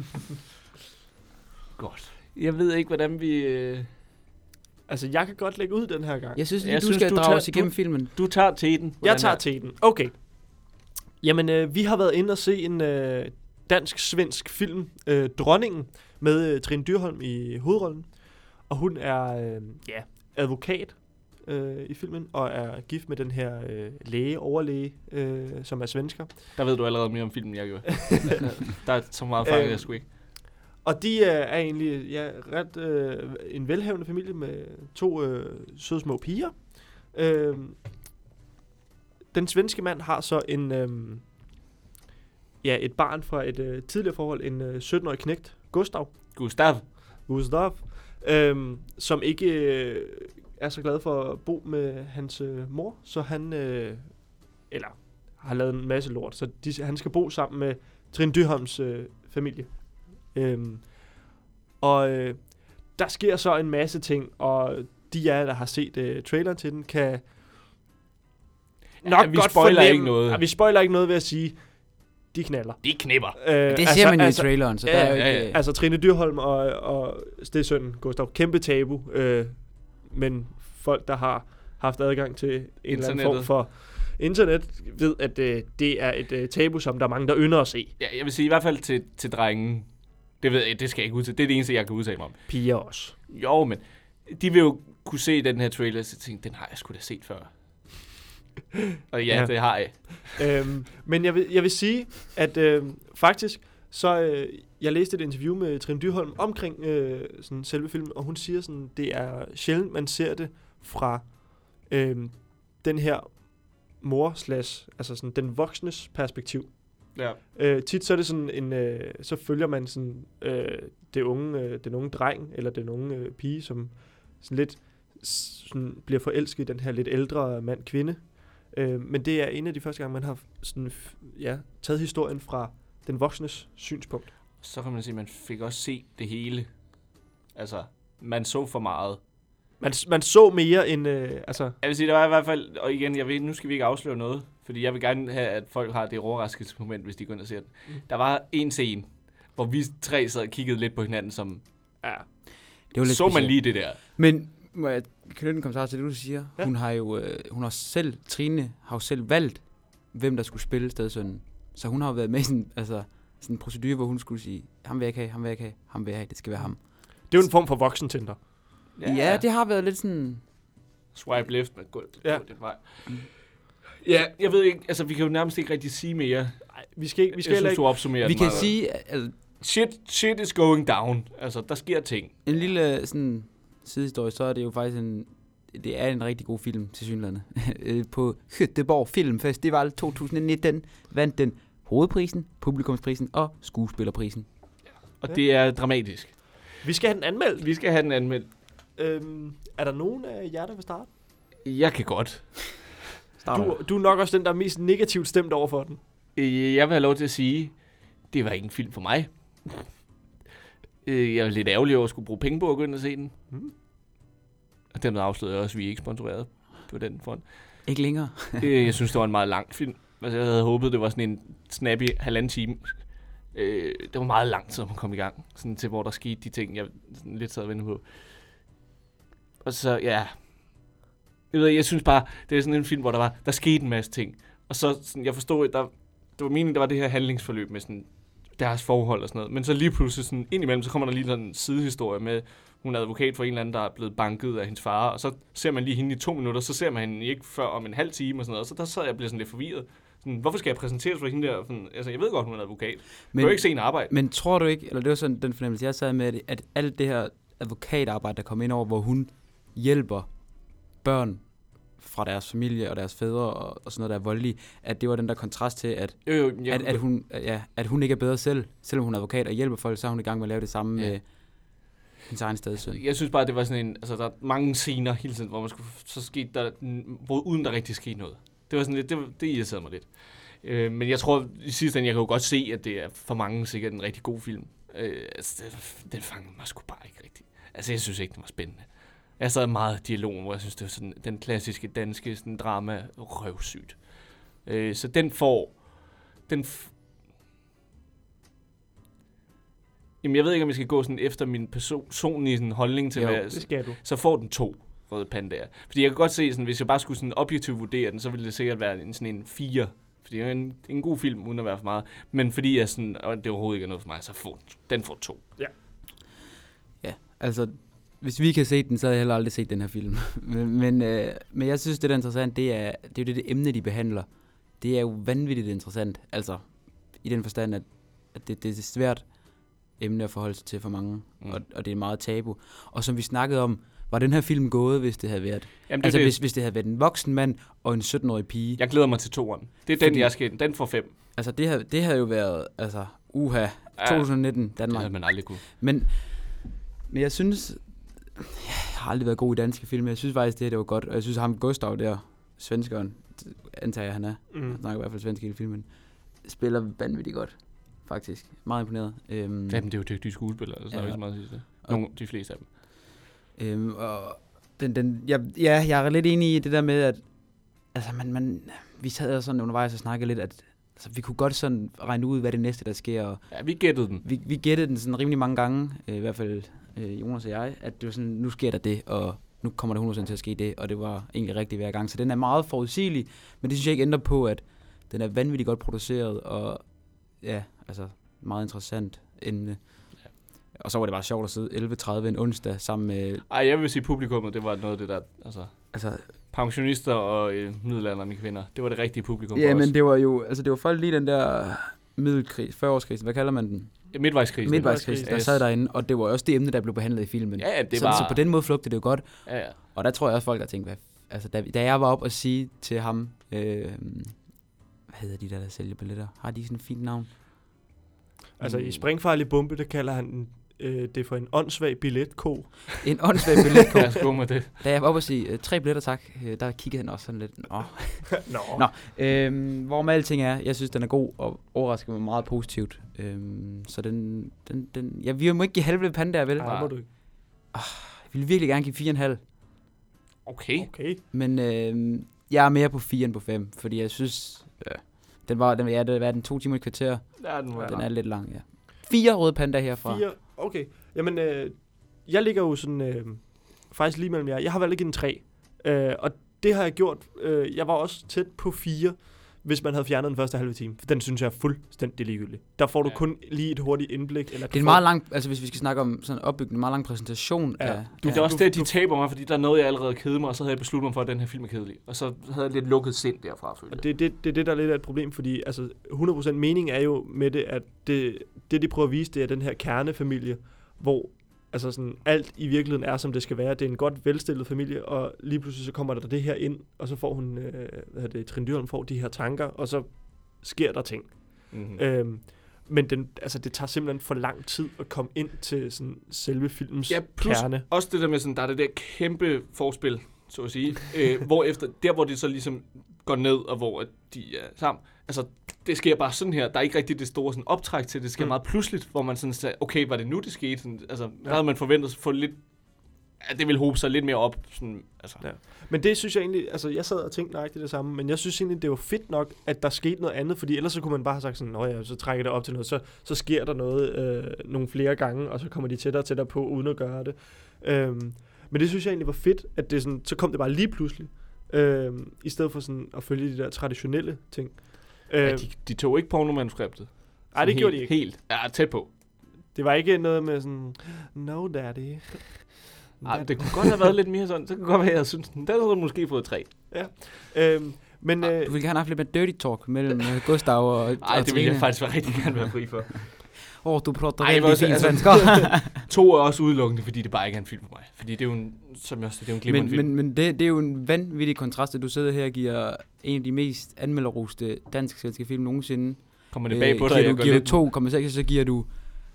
Godt. Jeg ved ikke, hvordan vi... Altså, jeg kan godt lægge ud den her gang. Jeg synes, du skal drage os igennem filmen. Du tager teten. Jeg tager teten. Okay. Jamen, vi har været inde og se en dansk-svensk film, Dronningen, med Trine Dyrholm i hovedrollen. Og hun er advokat i filmen, og er gift med den her overlæge, som er svensker. Der ved du allerede mere om filmen, jeg gør. Der er så meget erfaring, jeg sgu ikke. Og de er egentlig ret en velhavende familie med 2 søde små piger. Den svenske mand har så et barn fra et tidligere forhold, en 17-årig knægt, Gustav, som ikke er så glad for at bo med hans mor, så han har lavet en masse lort, så han skal bo sammen med Trine Dyrholms familie. Der sker så en masse ting, og de af jer, der har set traileren til den, kan nok vi godt spoiler fornemme, ikke noget. Vi spoiler ikke noget ved at sige, de knaller. De knipper. Det ser man jo i traileren, så der er jo ikke... Altså Trine Dyrholm og stedsønnen Gustav, kæmpe tabu, men folk, der har haft adgang til en eller anden form for internet, ved, at det er et tabu, som der er mange, der ynder at se. Ja, jeg vil sige i hvert fald til drengen. Det ved jeg, det skal jeg ikke udtale. Det er det eneste, jeg kan udtale mig om. Piger også. Jo, men de vil jo kunne se den her trailer, så tænke, den har jeg sgu da set før. Og ja, det har jeg. Men jeg vil sige, at faktisk, så jeg læste et interview med Trine Dyrholm omkring sådan selve filmen, og hun siger sådan, det er sjældent, man ser det fra den her altså sådan den voksnes perspektiv. Ja. Tit så er det sådan så følger man sådan den unge dreng eller den unge pige, som sådan lidt sådan bliver forelsket i den her lidt ældre mand-kvinde. Men det er en af de første gange, man har sådan, taget historien fra den voksnes synspunkt. Så kan man sige, at man fik også set det hele. Altså, man så for meget. Man så mere end... Jeg vil sige, der var i hvert fald... Og igen, nu skal vi ikke afsløre noget. Fordi jeg vil gerne have, at folk har det overraskelsesmoment, hvis de går ind og ser den. Der var en scene, hvor vi 3 sad og kiggede lidt på hinanden, som... Ja, det var lidt så man lige det der. Men må jeg knytte en kommentar til det, du siger? Ja. Trine har jo selv valgt, hvem der skulle spille stedsønnen. Så hun har jo været med i sådan en procedure, hvor hun skulle sige, ham vil jeg ikke have, ham vil jeg ikke have, ham vil jeg have, det skal være ham. Det er jo en form for voksentinder. Ja, det har været lidt sådan... Swipe left, men gå den vej. Ja, jeg ved ikke, altså vi kan jo nærmest ikke rigtig sige mere. Nej, vi skal ikke opsummere. Vi kan sige, altså, shit is going down. Altså, der sker ting. En lille sådan sidehistorie, så er det jo faktisk det er en rigtig god film til synlande. På Göteborg Filmfestival 2019 vandt den hovedprisen, publikumsprisen og skuespillerprisen. Og det er dramatisk. Vi skal have den anmeldt. Er der nogen af jer, der vil starte? Jeg kan godt. Du er nok også den, der er mest negativt stemt over for den. Jeg vil have lov til at sige, det var ikke en film for mig. Jeg er lidt ærgerlig over at skulle bruge penge på at gå ind og se den. Og dermed afslørede jeg også, at vi er ikke sponsoreret på den front. Ikke længere. Jeg synes, det var en meget lang film. Altså, jeg havde håbet, det var sådan en snappy 1,5 time. Det var meget langt, så man kom i gang. Sådan til, hvor der skete de ting, jeg lidt sad og ventede på. Og så, ja. Jeg synes bare, det er sådan en film, hvor der skete en masse ting. Og så, sådan, jeg forstod, det var meningen, der var det her handlingsforløb med sådan deres forhold og sådan noget. Men så lige pludselig, sådan, indimellem, så kommer der lige sådan en sidehistorie med, hun er advokat for en eller anden, der er blevet banket af hendes far. Og så ser man lige hende i 2 minutter, så ser man hende ikke før om en halv time og sådan noget. Og så der sad jeg og blev sådan lidt forvirret. Sådan, hvorfor skal jeg præsenteres for hende der? Sådan, altså, jeg ved godt, hun er advokat. Men kan jo ikke se en arbejde. Men tror du ikke, eller det var sådan den fornemmelse, jeg sad med, at alt det her advokatarbejde, der kom ind over, hvor hun hjælper børn fra deres familie og deres fædre og sådan noget, der er voldelige, at det var den der kontrast til, at hun ikke er bedre selv, selvom hun er advokat og hjælper folk, så er hun i gang med at lave det samme med hendes egen stedsøn. Jeg synes bare, det var sådan en, altså der er mange scener hele tiden, hvor man skulle, så skete der, uden der rigtig skete noget. Det var sådan lidt, det irriterede mig lidt. Men jeg tror, i sidste ende, jeg kan jo godt se, at det er for mange sikkert en rigtig god film. Den fangede mig sgu bare ikke rigtigt. Altså, jeg synes ikke, det var spændende. Jeg sad meget i dialogen, hvor jeg synes, det var sådan den klassiske danske sådan drama røvsygt. Så den får... Jamen, jeg ved ikke, om jeg skal gå sådan efter min personlige sådan holdning til, hvad... det skal du. Så får den 2 røde pandaer. Fordi jeg kan godt se, sådan, hvis jeg bare skulle sådan objektivt vurdere den, så ville det sikkert være sådan en 4. Fordi det er en god film, uden at være for meget. Men fordi jeg sådan, og det overhovedet ikke er noget for mig, så får den 2. Ja. Ja, altså... Hvis vi kan se den, så har jeg heller aldrig set den her film. men jeg synes, det der er interessant, det er jo det emne, de behandler. Det er jo vanvittigt interessant. Altså, i den forstand, at det er et svært emne at forholde sig til for mange. Og det er meget tabu. Og som vi snakkede om, var den her film gået, hvis det havde været... Jamen, hvis det havde været en voksen mand og en 17-årig pige. Jeg glæder mig til 2'eren. Det er den, jeg skal... Den får 5. Altså, det havde jo været... Altså, 2019 Danmark. Det havde man aldrig kunne. Men jeg synes... Jeg har aldrig været god i danske film, jeg synes faktisk, det var godt. Og jeg synes, ham Gustav der, svenskeren, antager jeg, han er. Han snakker i hvert fald svensk i hele filmen. Spiller vanvittigt godt, faktisk. Meget imponeret. Jamen, det er jo dygtige skuespillere, så der er ikke så meget at sige. De fleste af dem. Og jeg er lidt enig i det der med, at altså, vi sad sådan undervejs og snakkede lidt, at altså, vi kunne godt sådan regne ud, hvad det næste, der sker. Og ja, vi gættede den. Vi gættede den sådan rimelig mange gange, i hvert fald Jonas og jeg, at det var sådan, nu sker der det, og nu kommer der 100% til at ske det, og det var egentlig rigtigt hver gang. Så den er meget forudsigelig, men det synes jeg ikke ændrer på, at den er vanvittigt godt produceret, og ja, altså meget interessant emne. Ja. Og så var det bare sjovt at sidde 11.30 en onsdag sammen med... Ej, jeg vil sige publikummet, det var noget af det der, altså pensionister og middelaldrende kvinder. Det var det rigtige publikum for os. Ja, men det var jo, altså det var folk lige den der middelkrig, 40-årskrisen, hvad kalder man den? Midtvejskrisen, der sad derinde, og det var også det emne, der blev behandlet i filmen. Ja, det var... Så på den måde flugtede det jo godt. Ja. Og der tror jeg også, folk har tænkt, altså da jeg var op og sige til ham, hvad hedder de der sælger billetter? Har de sådan et fint navn? Altså i Springfarlig Bombe, der kalder han det for en åndssvag billetko. En åndssvag billetko. Jeg skulle med det. Da jeg var op og sige 3 billetter, tak, der kiggede han også sådan lidt. Nå. Hvor med alting er, jeg synes, den er god og overrasker mig meget positivt. Så den ja, vi må ikke give halve pandaer, vel? Nej, må du ikke. Jeg vil virkelig gerne give 4,5. Okay. Men jeg er mere på 4 end på 5, fordi jeg synes, det var den 2 timer i kvarter. Ja, den er lidt lang, ja. 4 røde pandaer herfra. 4, okay. Jamen, jeg ligger jo sådan, faktisk lige mellem jer. Jeg har valgt ikke en 3. Og det har jeg gjort. Jeg var også tæt på 4. hvis man havde fjernet den første halve time. For den synes jeg er fuldstændig ligegyldig. Der får du kun lige et hurtigt indblik. Eller det er en meget lang, altså hvis vi skal snakke om sådan opbygning, en meget lang præsentation af... Det er også det, de taber mig, fordi der er noget, jeg allerede keder mig, og så havde jeg besluttet mig for, at den her film er kedelig. Og så havde jeg lidt lukket sind derfra. Og det er det, der er lidt af et problem, fordi altså 100% mening er jo med det, at det de prøver at vise, det er den her kernefamilie, hvor altså sådan, alt i virkeligheden er, som det skal være. Det er en godt velstillet familie, og lige pludselig så kommer der det her ind, og så får hun, Trine Dyrholm får de her tanker, og så sker der ting. Mm-hmm. Men det tager simpelthen for lang tid at komme ind til sådan, selve filmens kerne. Også det der med, sådan, der er det der kæmpe forspil, så at sige, hvor efter, der hvor det så ligesom går ned, og hvor de er sammen. Altså, det sker bare sådan her. Der er ikke rigtig det store sådan, optræk til. Det sker meget pludseligt, hvor man sådan siger, okay, var det nu, det skete? Sådan, altså, der havde man forventet at få lidt... Ja, det ville hobe sig lidt mere op. Sådan, altså. Ja. Men det synes jeg egentlig... Altså, jeg sad og tænkte nøjagtigt det samme, men jeg synes egentlig, det var fedt nok, at der skete noget andet, fordi ellers så kunne man bare have sagt sådan, nå ja, så trækker det op til noget, så sker der noget nogle flere gange, og så kommer de tættere og tættere på, uden at gøre det. Men det synes jeg egentlig var fedt, at det sådan, så kom det bare lige pludselig, i stedet for sådan at følge de der traditionelle ting. Ja, de tog ikke pornomanuskriptet. Nej, det gjorde de ikke. Helt. Ja, tæt på. Det var ikke noget med sådan, no daddy. Ej, det kunne godt have været lidt mere sådan. Så kunne godt være, at jeg synes, den havde måske fået 3. Ja. Men, du ville gerne have lidt mere dirty talk mellem Gustav og nej, det ville jeg faktisk rigtig gerne være fri for. Du prater rigtig fint svensker. 2 er også udelukkende, fordi det bare ikke er en film for mig. Fordi det er jo en, som jeg også, det er jo en glimrende film. Men det er jo en vanvittig kontrast, at du sidder her og giver en af de mest anmelderroste dansk-svenske film nogensinde. Kommer det bag på dig? Giver du 2,6, så giver du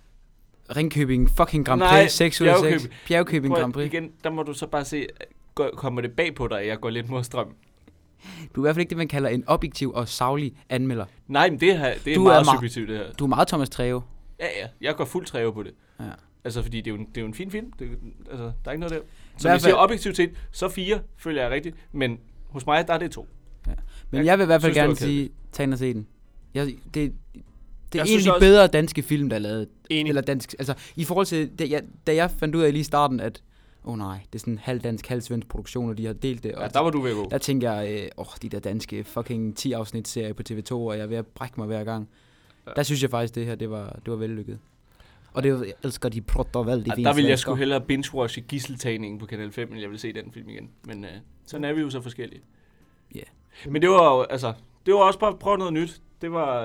Ringkøbing fucking Grand Prix 6 ud af 6. Bjergkøbing Grand Prix. Igen, der må du så bare se, kommer det bag på dig, at jeg går lidt mod strøm. Du er i hvert fald ikke det, man kalder en objektiv og saglig anmelder. Nej, men det er meget subjektivt, det her. Du er meget Thomas Treve. Ja, jeg går fuldt Treve på det. Ja. Altså, fordi det er jo en fin film. Altså, der er ikke noget der. Så hvis jeg siger objektivt set, så 4 føler jeg rigtigt. Men hos mig, der er det 2. Ja. Men jeg vil i hvert fald gerne sige, tag ind og se den. Det er en af de bedre danske film, der er lavet. Eller dansk, altså, i forhold til, da jeg fandt ud af lige i starten, at nej, det er sådan en halv dansk, halv svensk produktion, og de har delt det. Ja, der var du ved at gå. Der tænker jeg, de der danske fucking 10 afsnit serie på TV2, og jeg er ved at brække mig hver gang. Ja. Der synes jeg faktisk, det her, det var vellykket. Og det jeg elsker de protter vældig fint. Der vil jeg sgu hellere binge-watche Gidseltagningen på Kanal 5, end jeg vil se den film igen. Men sådan er vi jo så forskellige. Ja. Yeah. Men det var jo, altså, det var også bare at prøve noget nyt. Det var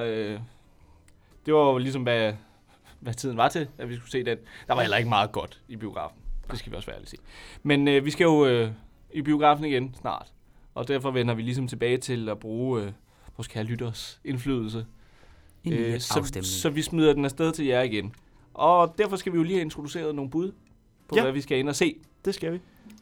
jo ligesom, hvad tiden var til, at vi skulle se den. Der var heller ikke meget godt i biografen. Det skal vi også være ærligt sige. Men vi skal jo i biografen igen snart. Og derfor vender vi ligesom tilbage til at bruge vores kære lytters indflydelse. Så vi smider den afsted til jer igen. Og derfor skal vi jo lige have introduceret nogle bud på, hvad vi skal ind og se. Det skal vi.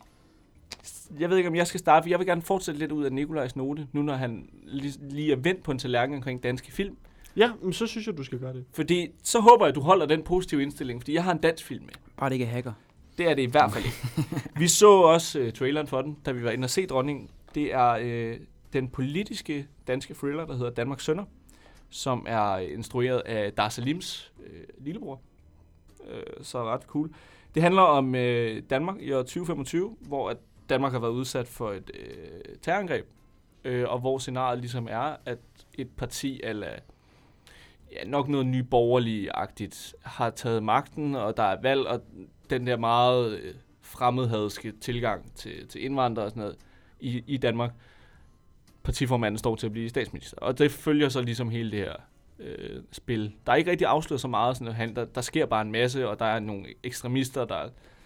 Jeg ved ikke, om jeg skal starte, for jeg vil gerne fortsætte lidt ud af Nikolajs note, nu når han lige er vendt på en tallerken omkring danske film. Ja, men så synes jeg, du skal gøre det. Fordi så håber jeg, at du holder den positive indstilling, fordi jeg har en dansk film med. Bare det ikke er hacker. Det er det i hvert fald ikke. Vi så også traileren for den, da vi var inde og se Dronningen. Det er den politiske danske thriller, der hedder Danmarks Sønner, som er instrueret af Dar Salims lillebror. Så ret cool. Det handler om Danmark i år 2025, hvor at Danmark har været udsat for et terrorangreb, og hvor scenariet ligesom er, at et parti eller nok noget nyborgerlig-agtigt har taget magten, og der er valg, og den der meget fremmedhadske tilgang til indvandrere og sådan noget i Danmark. Partiformanden står til at blive statsminister, og det følger så ligesom hele det her spil. Der er ikke rigtig afsløret så meget, sådan der sker bare en masse, og der er nogle ekstremister, der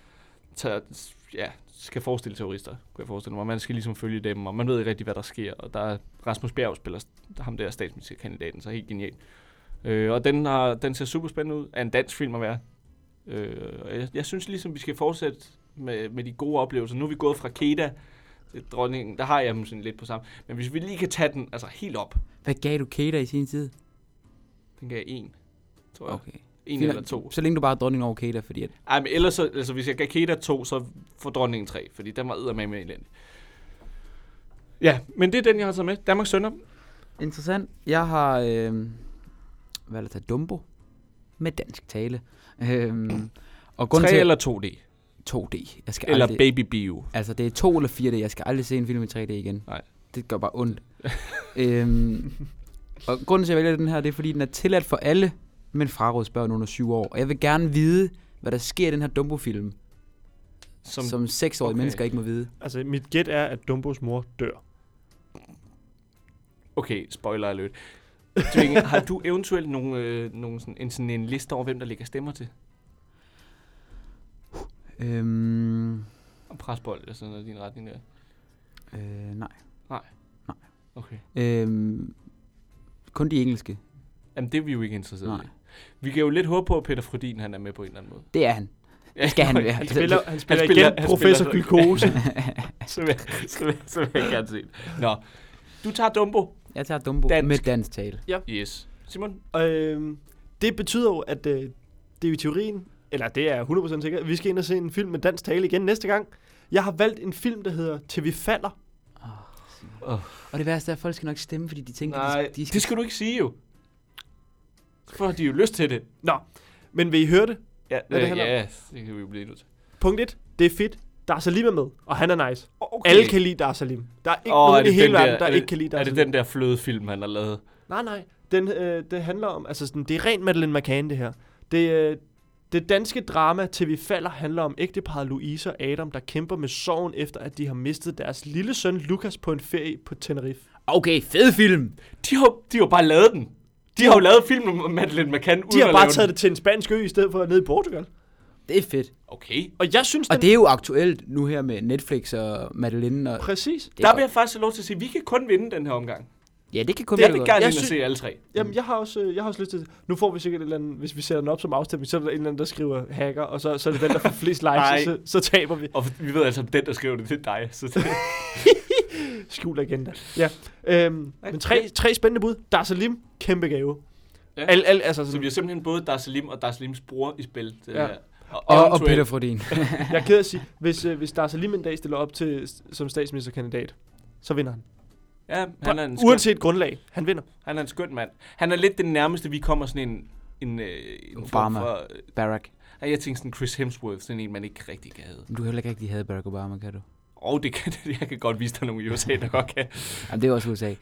skal forestille terrorister, kunne jeg forestille mig. Man skal ligesom følge dem, og man ved ikke rigtig, hvad der sker, og der er Rasmus Bjerg spiller ham der statsministerkandidaten, så helt genialt. Og den ser super spændende ud, af en dansk film at være. Jeg synes ligesom, vi skal fortsætte med de gode oplevelser. Nu er vi gået fra Keda til Dronningen, der har jeg dem sådan lidt på sammen. Men hvis vi lige kan tage den altså helt op. Hvad gav du Keda i sin tid? Den gav 1, tror jeg. Okay. 1 eller 2. Så længe du bare er Dronningen over Keda, fordi at... Ej, men ellers så, altså hvis jeg gav Keda 2, så får Dronningen 3, fordi den var eddermame elendig. Ja, men det er den, jeg har taget med. Danmarks Sønner. Interessant. Jeg har Dumbo med dansk tale. Og 3 eller 2D? 2D. Jeg skal eller aldrig, Baby Bio. Altså, det er 2 eller 4D. Jeg skal aldrig se en film i 3D igen. Nej. Det gør bare ondt. Og grunden til, at jeg vælger den her, det er, fordi den er tilladt for alle, men frarådes børn under 7 år. Og jeg vil gerne vide, hvad der sker i den her Dumbo-film, som 6-årige mennesker ikke må vide. Altså, mit gæt er, at Dumbos mor dør. Okay, spoiler alert. Tvinge, har du eventuelt nogle sådan en liste over, hvem der lægger stemmer til? Presbold eller sådan noget i din retning der? Nej. Okay. Kun de engelske. Jamen, det er vi jo ikke interesseret i. Vi kan jo lidt håbe på, at Peter Frödin, han er med på en eller anden måde. Det er han. Det skal han være. Han spiller igen professor Glukose. så vil jeg gerne se det. Nå, du tager Dumbo. Jeg tager Dumbo med dansk tale. Ja. Yes. Simon? Det betyder jo, at det er i teorien, eller det er 100% sikkert, at vi skal ind og se en film med dansk tale igen næste gang. Jeg har valgt en film, der hedder Til vi falder. Og det værste er, at folk skal nok stemme, fordi de tænker, nej, det skal du ikke sige jo. For de har jo lyst til det. Nå, men vil I høre det? Ja, det kan vi jo blive nødt til. Punkt 1. Det er fedt. Dar Salim er med, og han er nice. Okay. Alle kan lide Dar Salim. Der er ikke nogen i hele verden, der ikke kan lide Dar Salim. Er det den der flødefilm, han har lavet? Nej. Det handler om, altså sådan, det er rent Madeleine McCann, det her. Det danske drama Til vi falder handler om ægteparret Louise og Adam, der kæmper med sorgen efter, at de har mistet deres lille søn Lukas på en ferie på Tenerife. Okay, fed film. De har bare lavet den. De har jo lavet filmen om Madeleine McCann. De har bare taget det til en spansk ø, i stedet for nede i Portugal. Det er fedt. Okay. Og jeg synes, og det er jo aktuelt nu her med Netflix og Madeleine. Og præcis. Der vil jeg faktisk have lov til at sige, at vi kan kun vinde den her omgang. Ja, det kan kun vinde. Jeg vil gerne se alle tre. Jamen, jeg har også lyst til det. Nu får vi sikkert et eller andet, hvis vi sætter den op som afstemning, så er der en eller anden, der skriver hacker, og så er det den, der får flest likes, så taber vi. Og vi ved altså, at den, der skriver det, det er dig. Så det skjult agenda. Ja. Men tre spændende bud. Dar Salim, kæmpe gave. Ja. Altså, så vi har simpelthen både Dar Salim og Dar Salims bror i spil. Det ja. Her. Og Peter Frödin. Jeg er ked af at sige, hvis Dar Salim en dag stiller op som statsministerkandidat, så vinder han. Ja, han er en uanset grundlag. Han vinder. Han er en skøn mand. Han er lidt den nærmeste, vi kommer sådan en Obama. Barack. Ja, jeg tænker sådan Chris Hemsworth, sådan en, man ikke rigtig kan have. Du kan heller ikke rigtig have Barack Obama, kan du? Det kan jeg kan godt vise dig nogle i USA, der godt kan. Jamen, det er også USA.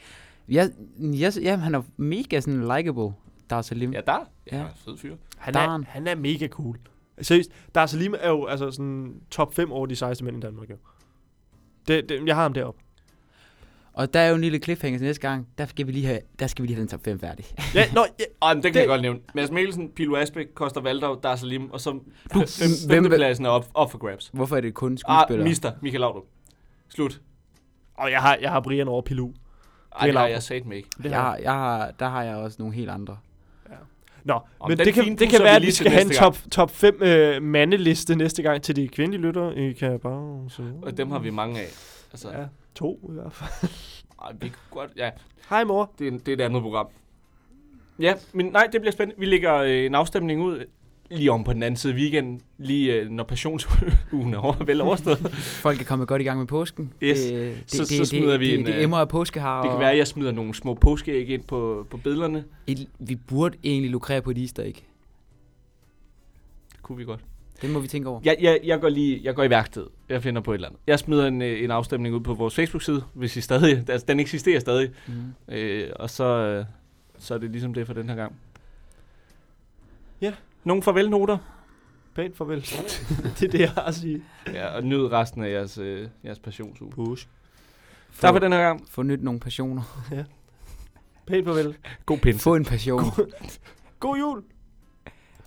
Han er mega sådan likable, Dar Salim. Ja, ja, fed fyr. Han er mega cool. Seriøst, Dar Salim er jo altså sådan top 5 over de sejeste mænd i Danmark. Jo. Jeg har ham deroppe. Og der er jo en lille cliffhanger til næste gang. Der skal vi lige have den top 5 færdig. Det kan jeg godt nævne. Mads Mikkelsen, Pilo Asbæk, Koster Valdau, Dar Salim, og så femtepladsen er op for grabs. Hvorfor er det kun skuespillere? Mister Michael Laudrup. Slut. Og jeg har Brian over Pilu. Det har jeg sagt mig ikke. Der har jeg også nogle helt andre. Ja. Nå, men det kan være, at vi skal have en top 5 mandeliste næste gang til de kvindelige lyttere. I kan bare så. Og dem har vi mange af. Altså. Ja, 2 i hvert fald. Vi kan godt, ja. Hej mor. Det er et andet program. Ja, men nej, det bliver spændende. Vi lægger en afstemning ud lige om på den anden side af weekenden, lige når passionsugen er vel overstået. Folk er kommet godt i gang med påsken. Yes. Så smider vi en... Det emmer af påskehar. Det kan være, at jeg smider nogle små påskeæg ind på billederne. Vi burde egentlig lukrere på et easter egg. Det kunne vi godt. Det må vi tænke over. Jeg går i værksted. Jeg finder på et eller andet. Jeg smider en afstemning ud på vores Facebook-side, hvis I stadig... Altså, den eksisterer stadig. Og så er det ligesom det for den her gang. Ja. Nogle farvelnoter? Pænt farvel. Det er det, jeg har at sige. Ja, og nyd resten af jeres passionsuge. Push. Tak for den her gang. Få nyt nogle passioner. Ja. Pænt farvel. God pinse. Få en passion. God jul.